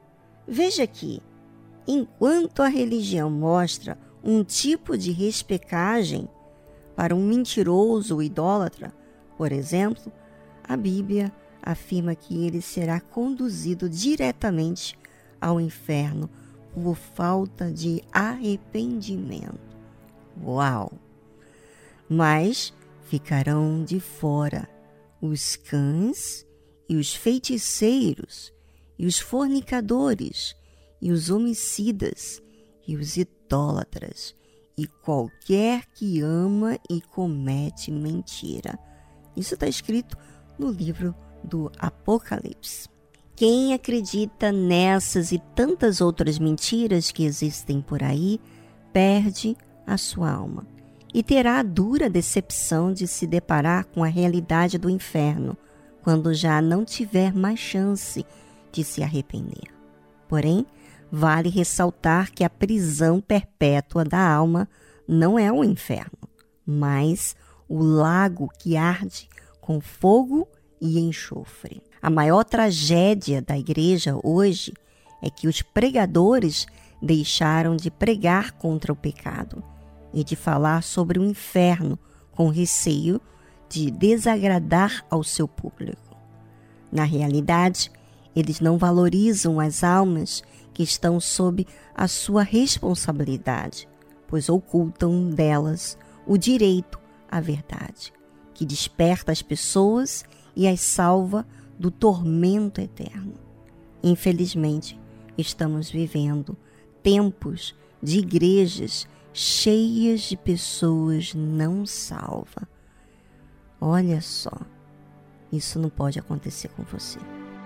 Veja que, enquanto a religião mostra um tipo de respecagem Para um mentiroso ou idólatra, por exemplo, a Bíblia afirma que ele será conduzido diretamente ao inferno por falta de arrependimento. Uau! Mas ficarão de fora os cães e os feiticeiros e os fornicadores e os homicidas e os idólatras e qualquer que ama e comete mentira. Isso está escrito no livro do Apocalipse. Quem acredita nessas e tantas outras mentiras que existem por aí, perde a sua alma e terá a dura decepção de se deparar com a realidade do inferno, quando já não tiver mais chance de se arrepender. Porém, vale ressaltar que a prisão perpétua da alma não é o inferno, mas o lago que arde com fogo e enxofre. A maior tragédia da igreja hoje é que os pregadores deixaram de pregar contra o pecado e de falar sobre o inferno com receio de desagradar ao seu público. Na realidade, eles não valorizam as almas que estão sob a sua responsabilidade, pois ocultam delas o direito à verdade, que desperta as pessoas e as salva do tormento eterno. Infelizmente, estamos vivendo tempos de igrejas cheias de pessoas não salvas. Olha só, isso não pode acontecer com você.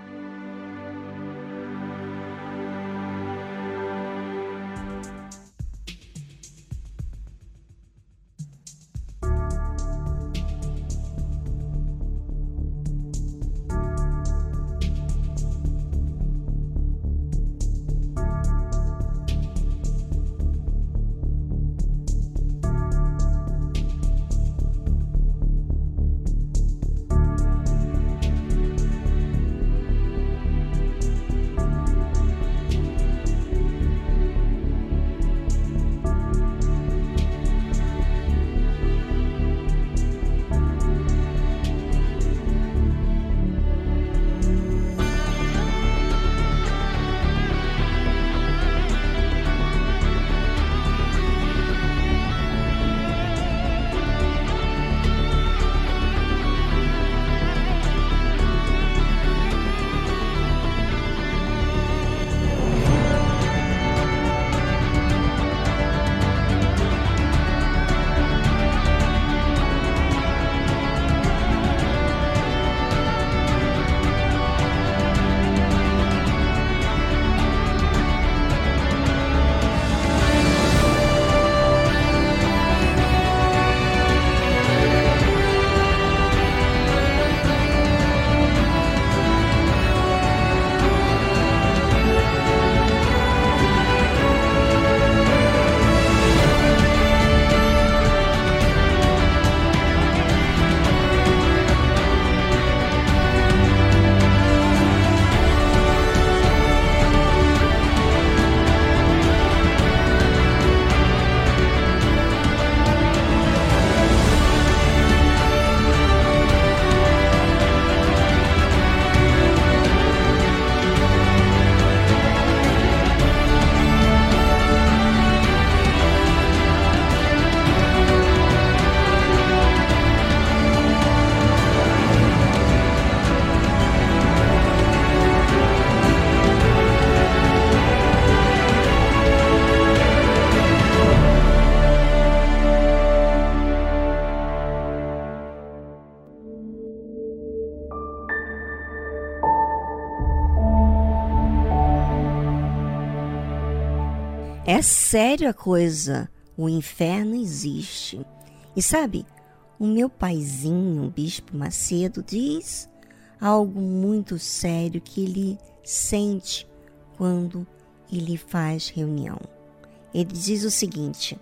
É sério a coisa, o inferno existe. E sabe, o meu paizinho, o Bispo Macedo, diz algo muito sério que ele sente quando ele faz reunião. Ele diz o seguinte: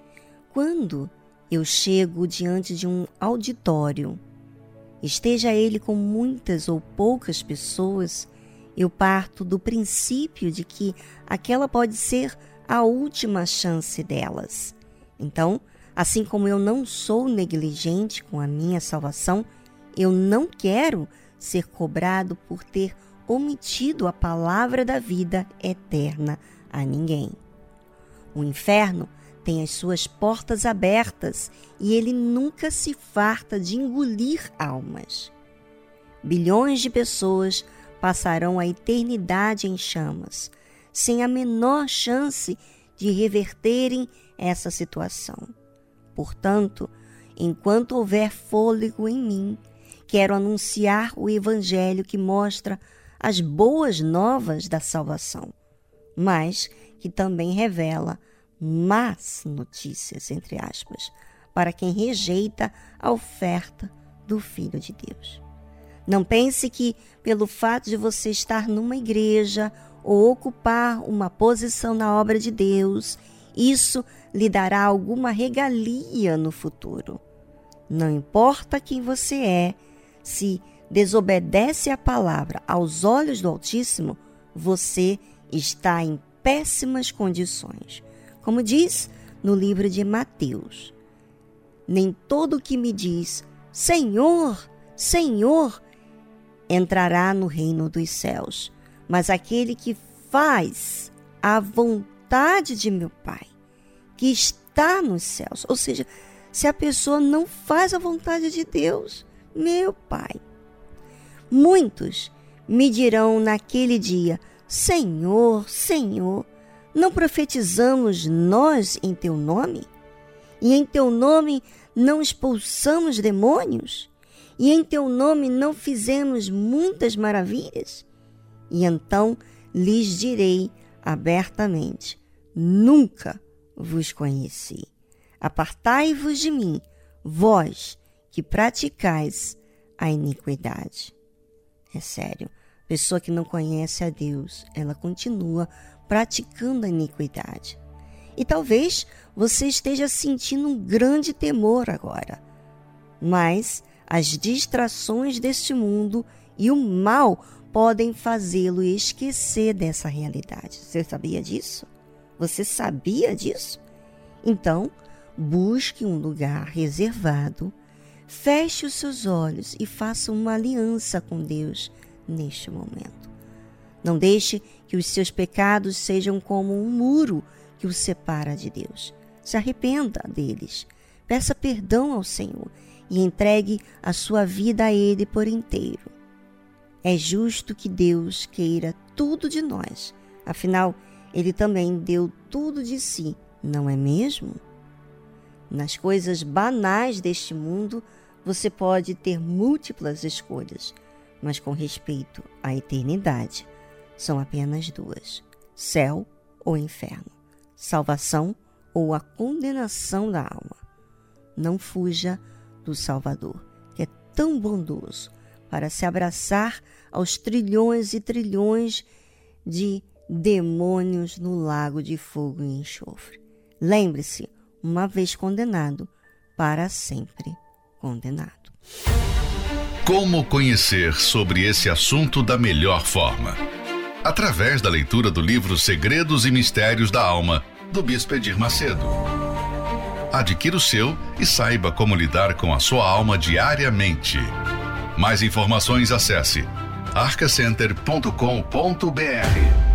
quando eu chego diante de um auditório, esteja ele com muitas ou poucas pessoas, eu parto do princípio de que aquela pode ser a última chance delas. Então, Assim como eu não sou negligente com a minha salvação, eu não quero ser cobrado por ter omitido a palavra da vida eterna a ninguém. O inferno tem as suas portas abertas e ele nunca se farta de engolir almas. Bilhões de pessoas passarão a eternidade em chamas, sem a menor chance de reverterem essa situação. Portanto, enquanto houver fôlego em mim, quero anunciar o Evangelho que mostra as boas novas da salvação, mas que também revela más notícias, entre aspas, para quem rejeita a oferta do Filho de Deus. Não pense que, pelo fato de você estar numa igreja ou ocupar uma posição na obra de Deus, isso lhe dará alguma regalia no futuro. Não importa quem você é, se desobedece à palavra aos olhos do Altíssimo, você está em péssimas condições. Como diz no livro de Mateus, nem todo o que me diz, Senhor, Senhor, entrará no reino dos céus, mas aquele que faz a vontade de meu Pai, que está nos céus. Ou seja, se a pessoa não faz a vontade de Deus, meu Pai. Muitos me dirão naquele dia, Senhor, Senhor, não profetizamos nós em teu nome? E em teu nome não expulsamos demônios? E em teu nome não fizemos muitas maravilhas? E então lhes direi abertamente, nunca vos conheci. Apartai-vos de mim, vós que praticais a iniquidade. É sério, pessoa que não conhece a Deus, ela continua praticando a iniquidade. E talvez você esteja sentindo um grande temor agora. Mas as distrações deste mundo e o mal podem fazê-lo esquecer dessa realidade. Você sabia disso? Você sabia disso? Então, busque um lugar reservado, feche os seus olhos e faça uma aliança com Deus neste momento. Não deixe que os seus pecados sejam como um muro que o separa de Deus. Se arrependa deles, peça perdão ao Senhor e entregue a sua vida a Ele por inteiro. É justo que Deus queira tudo de nós, afinal, Ele também deu tudo de si, não é mesmo? Nas coisas banais deste mundo, você pode ter múltiplas escolhas, mas com respeito à eternidade, são apenas duas: céu ou inferno, salvação ou a condenação da alma. Não fuja do Salvador, que é tão bondoso para se abraçar aos trilhões e trilhões de demônios no lago de fogo e enxofre. Lembre-se, uma vez condenado, para sempre condenado. Como conhecer sobre esse assunto da melhor forma? Através da leitura do livro Segredos e Mistérios da Alma, do Bispo Edir Macedo. Adquira o seu e saiba como lidar com a sua alma diariamente. Mais informações, acesse arcacenter.com.br.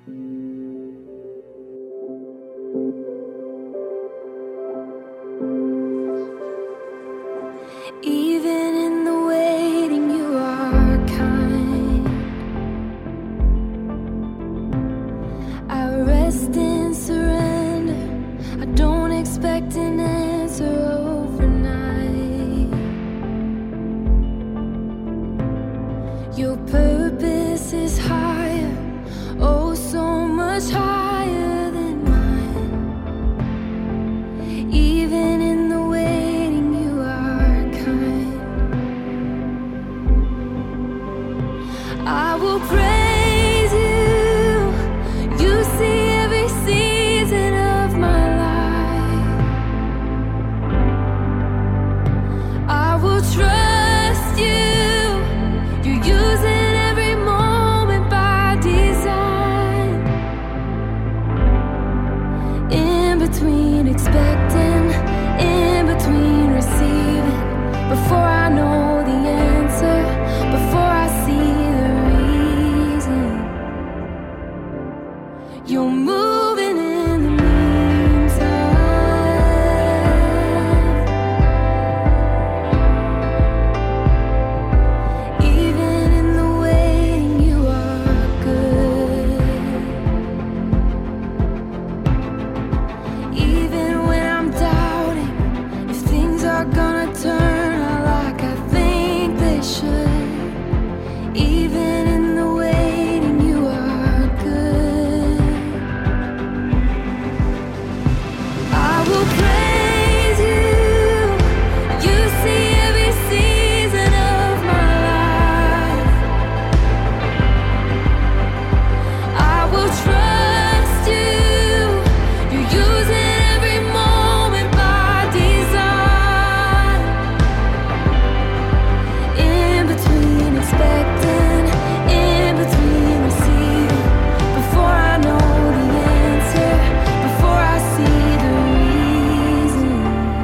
Even in the waiting, you are kind. I rest in surrender. I don't expect an answer overnight. Your purpose is higher, oh, so much higher than mine. Even in the waiting, you are kind. I will praise you. You see every season of my life. I will trust you. You're using every moment by design. In between expecting, in between receiving. Before I know the answer, before I see the reason, you're moving in the meantime. Even in the waiting, you are good. Even when I'm doubting if things are gonna turn out like I think they should. Even in the waiting, you are good. I will praise you. You see every season of my life. I will trust you. You're using every moment by design. In between expecting, in between receiving. Before I know the answer, before I see the reason,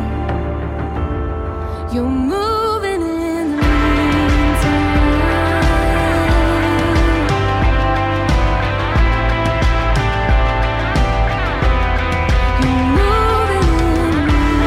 you're moving in the meantime. You're moving in the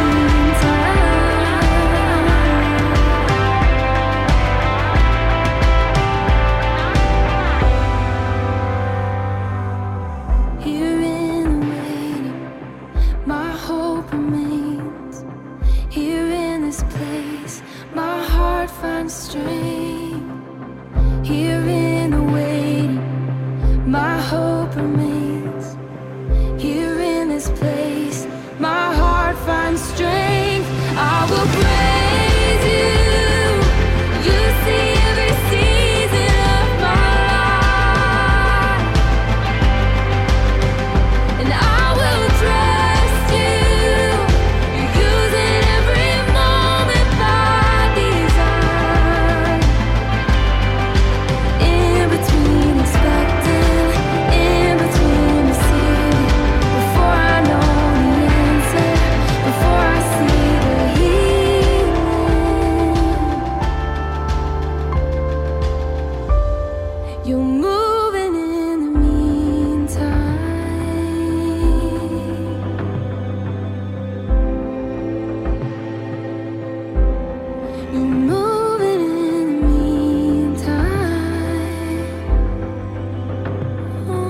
meantime. Here in the waiting, my hope remains. Here in this place, my heart finds strength. Here in the waiting, my hope remains. Here in this place, my heart finds strength. I will praise you. You see every season of my life, and I will trust you. You're using every moment by design. In between expecting, in between receiving. Before I know the answer, before I see the healing, you're moving in the meantime. You're moving in the meantime. Oh.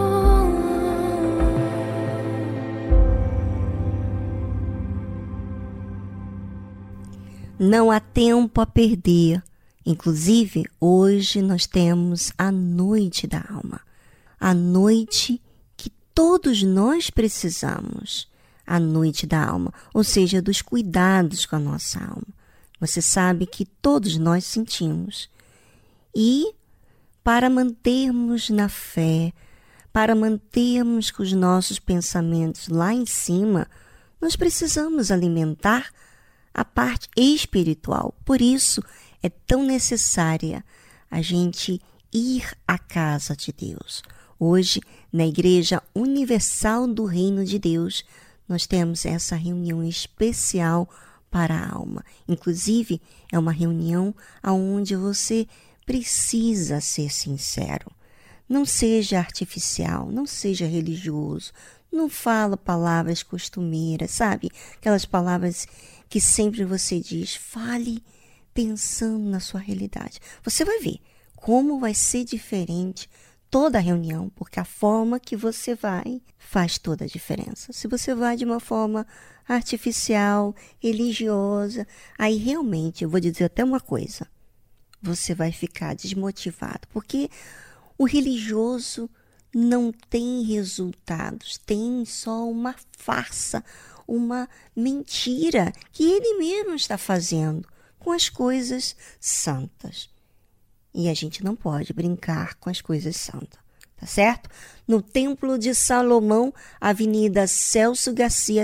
Não há tempo a perder. Inclusive, hoje nós temos a noite da alma. A noite que todos nós precisamos. A noite da alma, ou seja, dos cuidados com a nossa alma. Você sabe que todos nós sentimos. E para mantermos na fé, para mantermos com os nossos pensamentos lá em cima, nós precisamos alimentar a parte espiritual. Por isso é tão necessária a gente ir à casa de Deus. Hoje, na Igreja Universal do Reino de Deus, nós temos essa reunião especial para a alma. Inclusive, é uma reunião onde você precisa ser sincero. Não seja artificial, não seja religioso, não fala palavras costumeiras, sabe? Aquelas palavras que sempre você diz, fale pensando na sua realidade. Você vai ver como vai ser diferente toda a reunião, porque a forma que você vai faz toda a diferença. Se você vai de uma forma artificial, religiosa, aí realmente, eu vou dizer até uma coisa, você vai ficar desmotivado, porque o religioso não tem resultados, tem só uma farsa, uma mentira que ele mesmo está fazendo com as coisas santas. E a gente não pode brincar com as coisas santas, tá certo? No Templo de Salomão, Avenida Celso Garcia,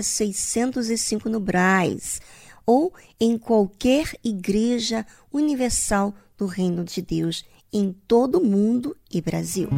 605 no Brás, ou em qualquer igreja universal do Reino de Deus em todo o mundo e Brasil.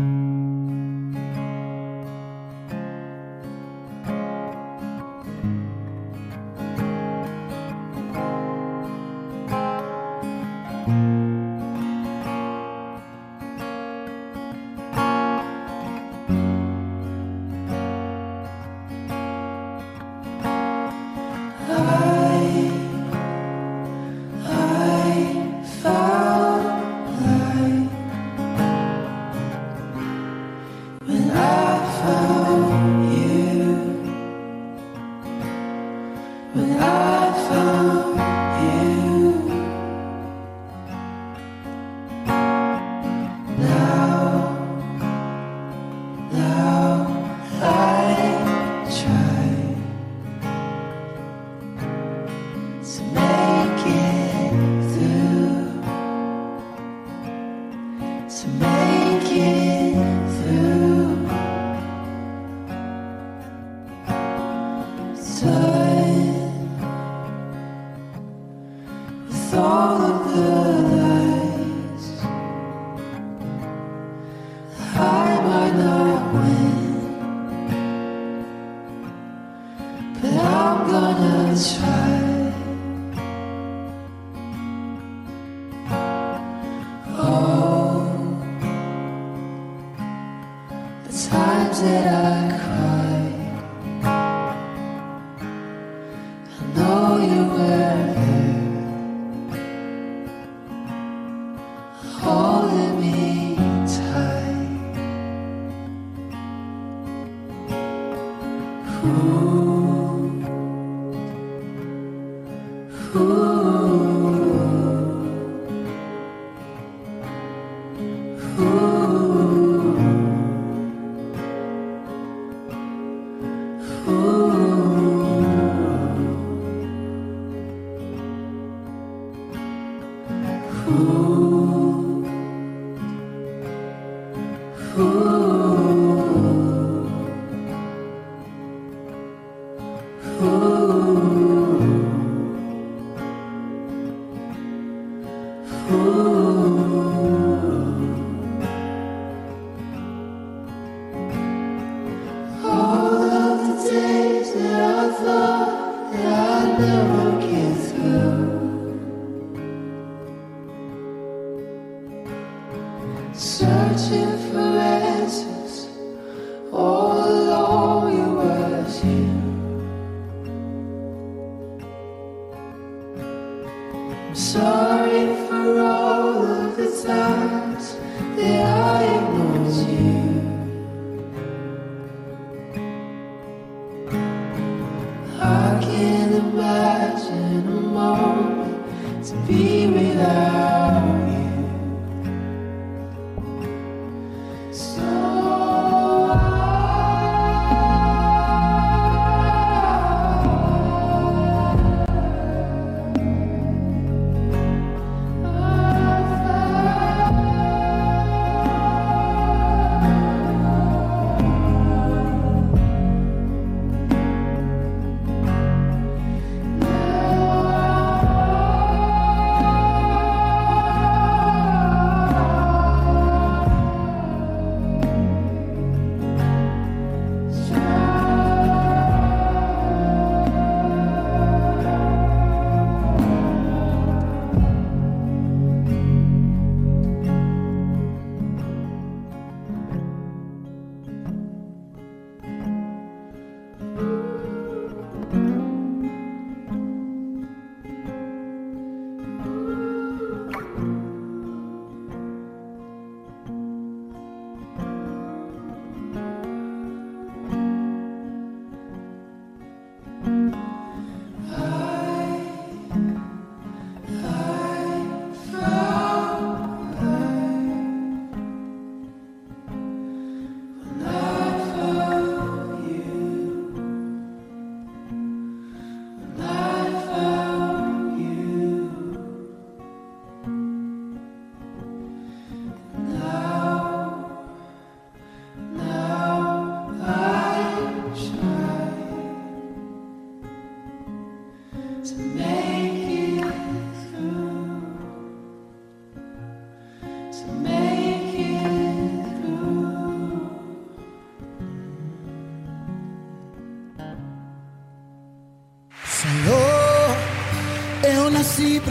So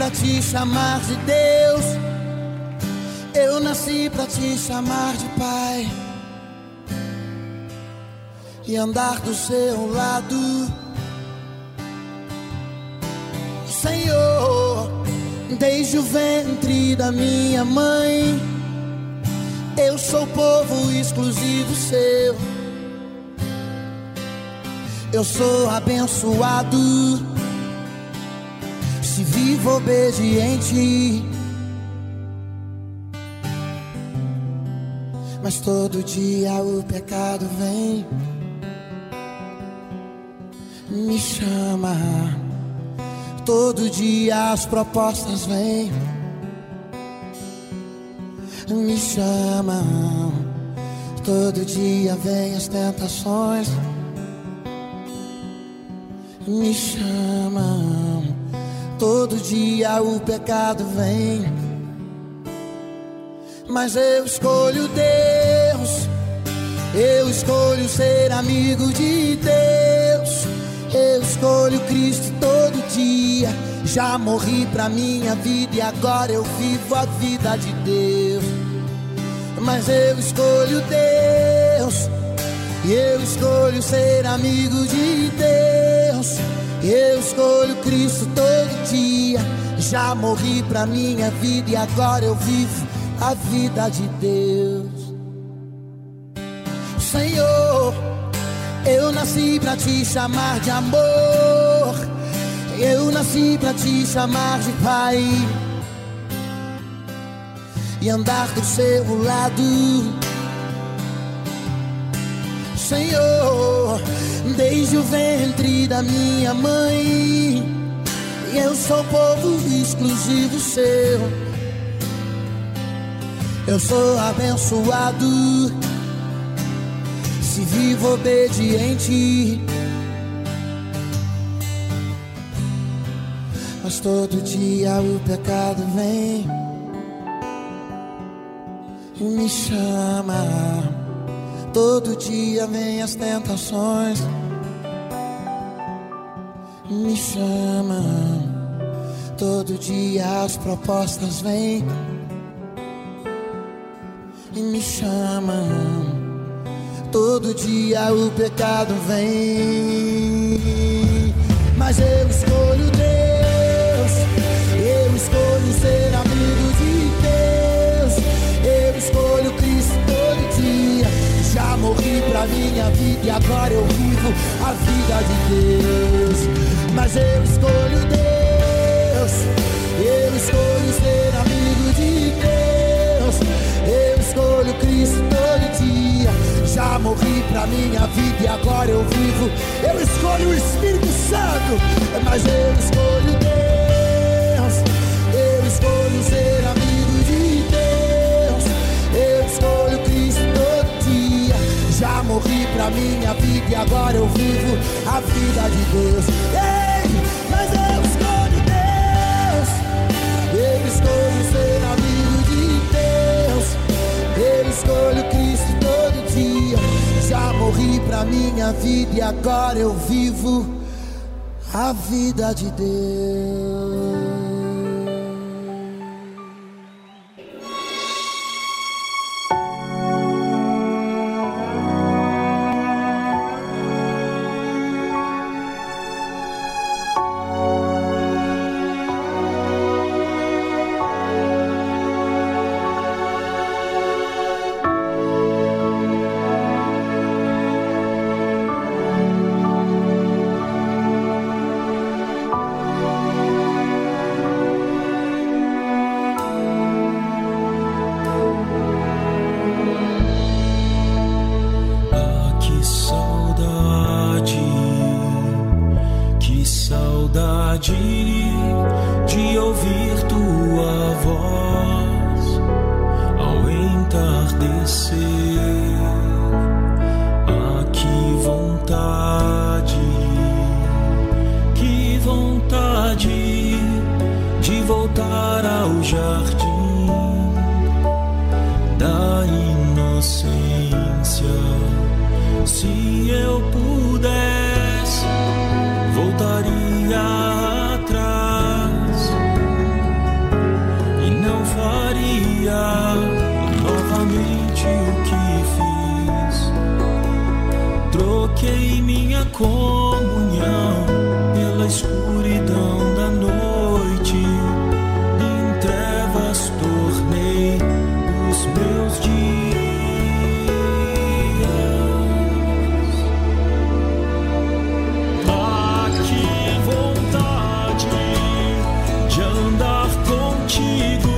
pra te chamar de Deus. Eu nasci pra te chamar de Pai e andar do seu lado. Senhor, desde o ventre da minha mãe, eu sou povo exclusivo seu. Eu sou abençoado se vivo obediente. Mas todo dia o pecado vem, me chama. Todo dia as propostas vêm, me chamam. Todo dia vem as tentações, me chamam. Todo dia o pecado vem, mas eu escolho Deus. Eu escolho ser amigo de Deus. Eu escolho Cristo todo dia. Já morri pra minha vida e agora eu vivo a vida de Deus. Mas eu escolho Deus. Eu escolho ser amigo de Deus. Eu escolho Cristo todo dia. Já morri pra minha vida e agora eu vivo a vida de Deus. Senhor, eu nasci pra te chamar de amor. Eu nasci pra te chamar de Pai e andar do seu lado. Senhor, desde o ventre da minha mãe, eu sou povo exclusivo seu. Eu sou abençoado se vivo obediente. Mas todo dia o pecado vem e me chama. Todo dia vem as tentações, me chamam. Todo dia as propostas vêm e me chamam. Todo dia o pecado vem, mas eu escolho Deus. Eu escolho ser amigo de Deus. Eu escolho Cristo todo dia. Já morri pra minha vida e agora eu vivo a vida de Deus. Mas eu escolho Deus. Eu escolho ser amigo de Deus. Eu escolho Cristo todo dia. Já morri pra minha vida e agora eu vivo. Eu escolho o Espírito Santo. Mas eu escolho Deus. Eu escolho ser amigo de Deus. Eu escolho Cristo todo dia. Já morri pra minha vida e agora eu vivo a vida de Deus. Ei, mas eu escolho Deus. Eu escolho ser amigo de Deus. Eu escolho Cristo todo dia. Já morri pra minha vida e agora eu vivo a vida de Deus. noite o que fiz. Troquei minha comunhão pela escuridão da noite. Em trevas tornei os meus dias. Ah, que vontade de andar contigo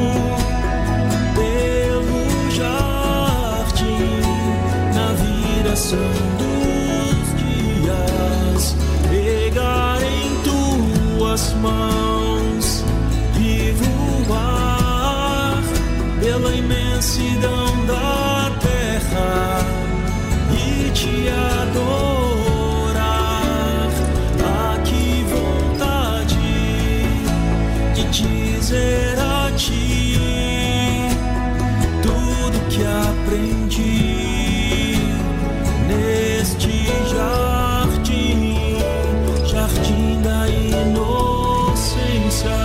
pelo jardim, na viração dos dias, pegar em tuas mãos e voar pela imensidão da terra e te adorar. Ah, que vontade de dizer a ti tudo que aprendi neste jardim, jardim da inocência.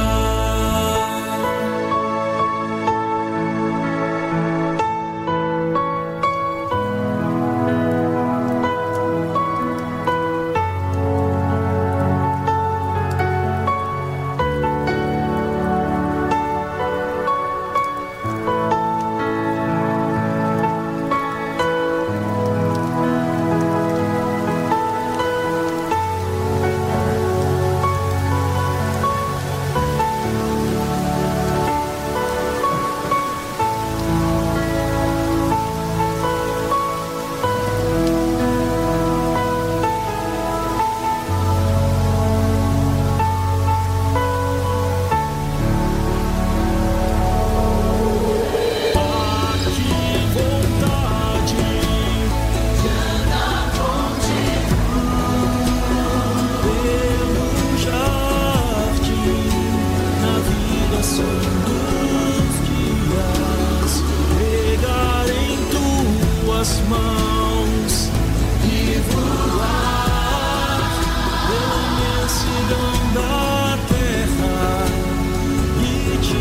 Mãos e voar pela imensidão da terra e te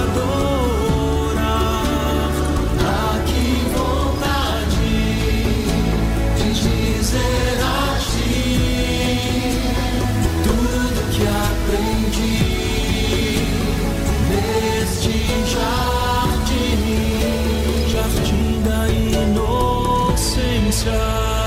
adorar. Ah, que vontade de dizer a ti tudo que aprendi neste jardim, jardim da inocência.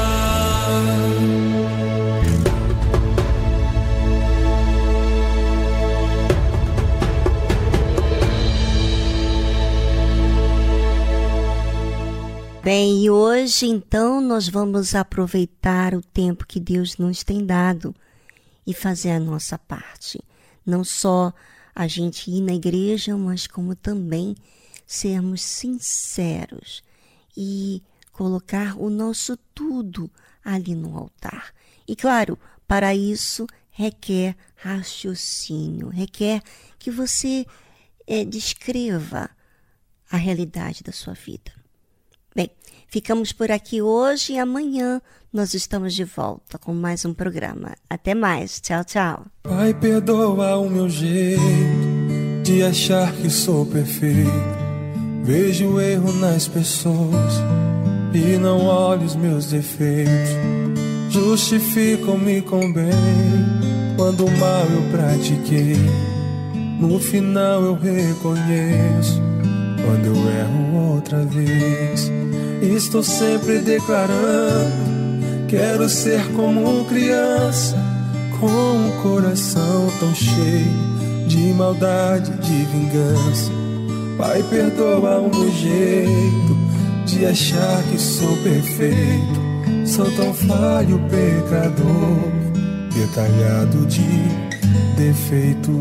Bem, e hoje então nós vamos aproveitar o tempo que Deus nos tem dado e fazer a nossa parte. Não só a gente ir na igreja, mas como também sermos sinceros e colocar o nosso tudo ali no altar. E claro, para isso requer raciocínio, requer que você descreva a realidade da sua vida. Bem, ficamos por aqui hoje e amanhã nós estamos de volta com mais um programa. Até mais. Tchau, tchau. Pai, perdoa o meu jeito de achar que sou perfeito. Vejo o erro nas pessoas e não olho os meus defeitos. Justificam-me com bem quando o mal eu pratiquei. No final eu reconheço quando eu erro outra vez. Estou sempre declarando, quero ser como criança, com um coração tão cheio de maldade, de vingança. Pai, perdoa o meu jeito de achar que sou perfeito. Sou tão falho, pecador, detalhado de defeito.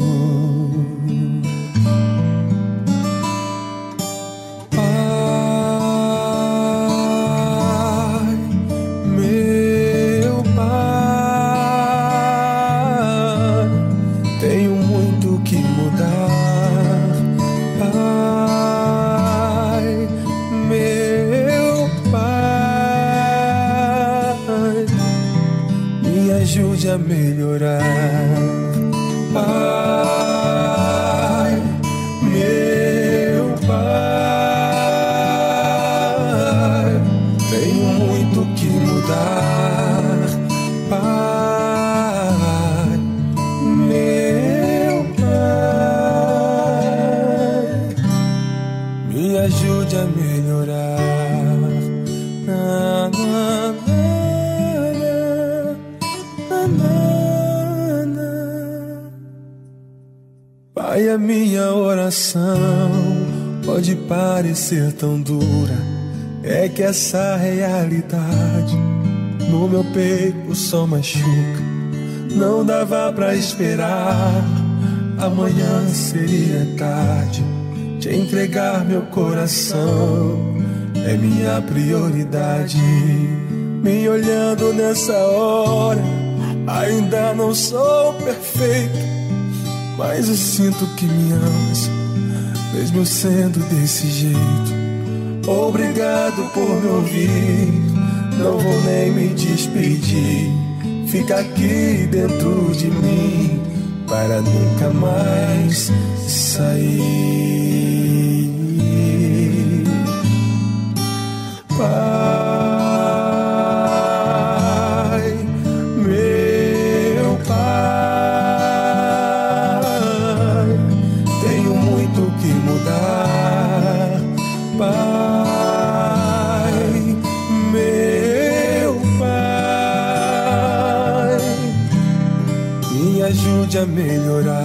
Pai, meu Pai, tenho muito que mudar. Pai, meu Pai, me ajude a melhorar. Pai, meu Pai, me ajude a melhorar. Na, na, na, na, na. Pai, a minha oração pode parecer tão dura, é que essa realidade no meu peito só machuca. Não dava pra esperar, amanhã seria tarde. Te entregar meu coração é minha prioridade. Me olhando nessa hora, ainda não sou perfeito, mas eu sinto que me amas, mesmo sendo desse jeito. Obrigado por me ouvir, não vou nem me despedir. Fica aqui dentro de mim para nunca mais sair. Pai, meu Pai, tenho muito que mudar. Pai, meu Pai, me ajude a melhorar.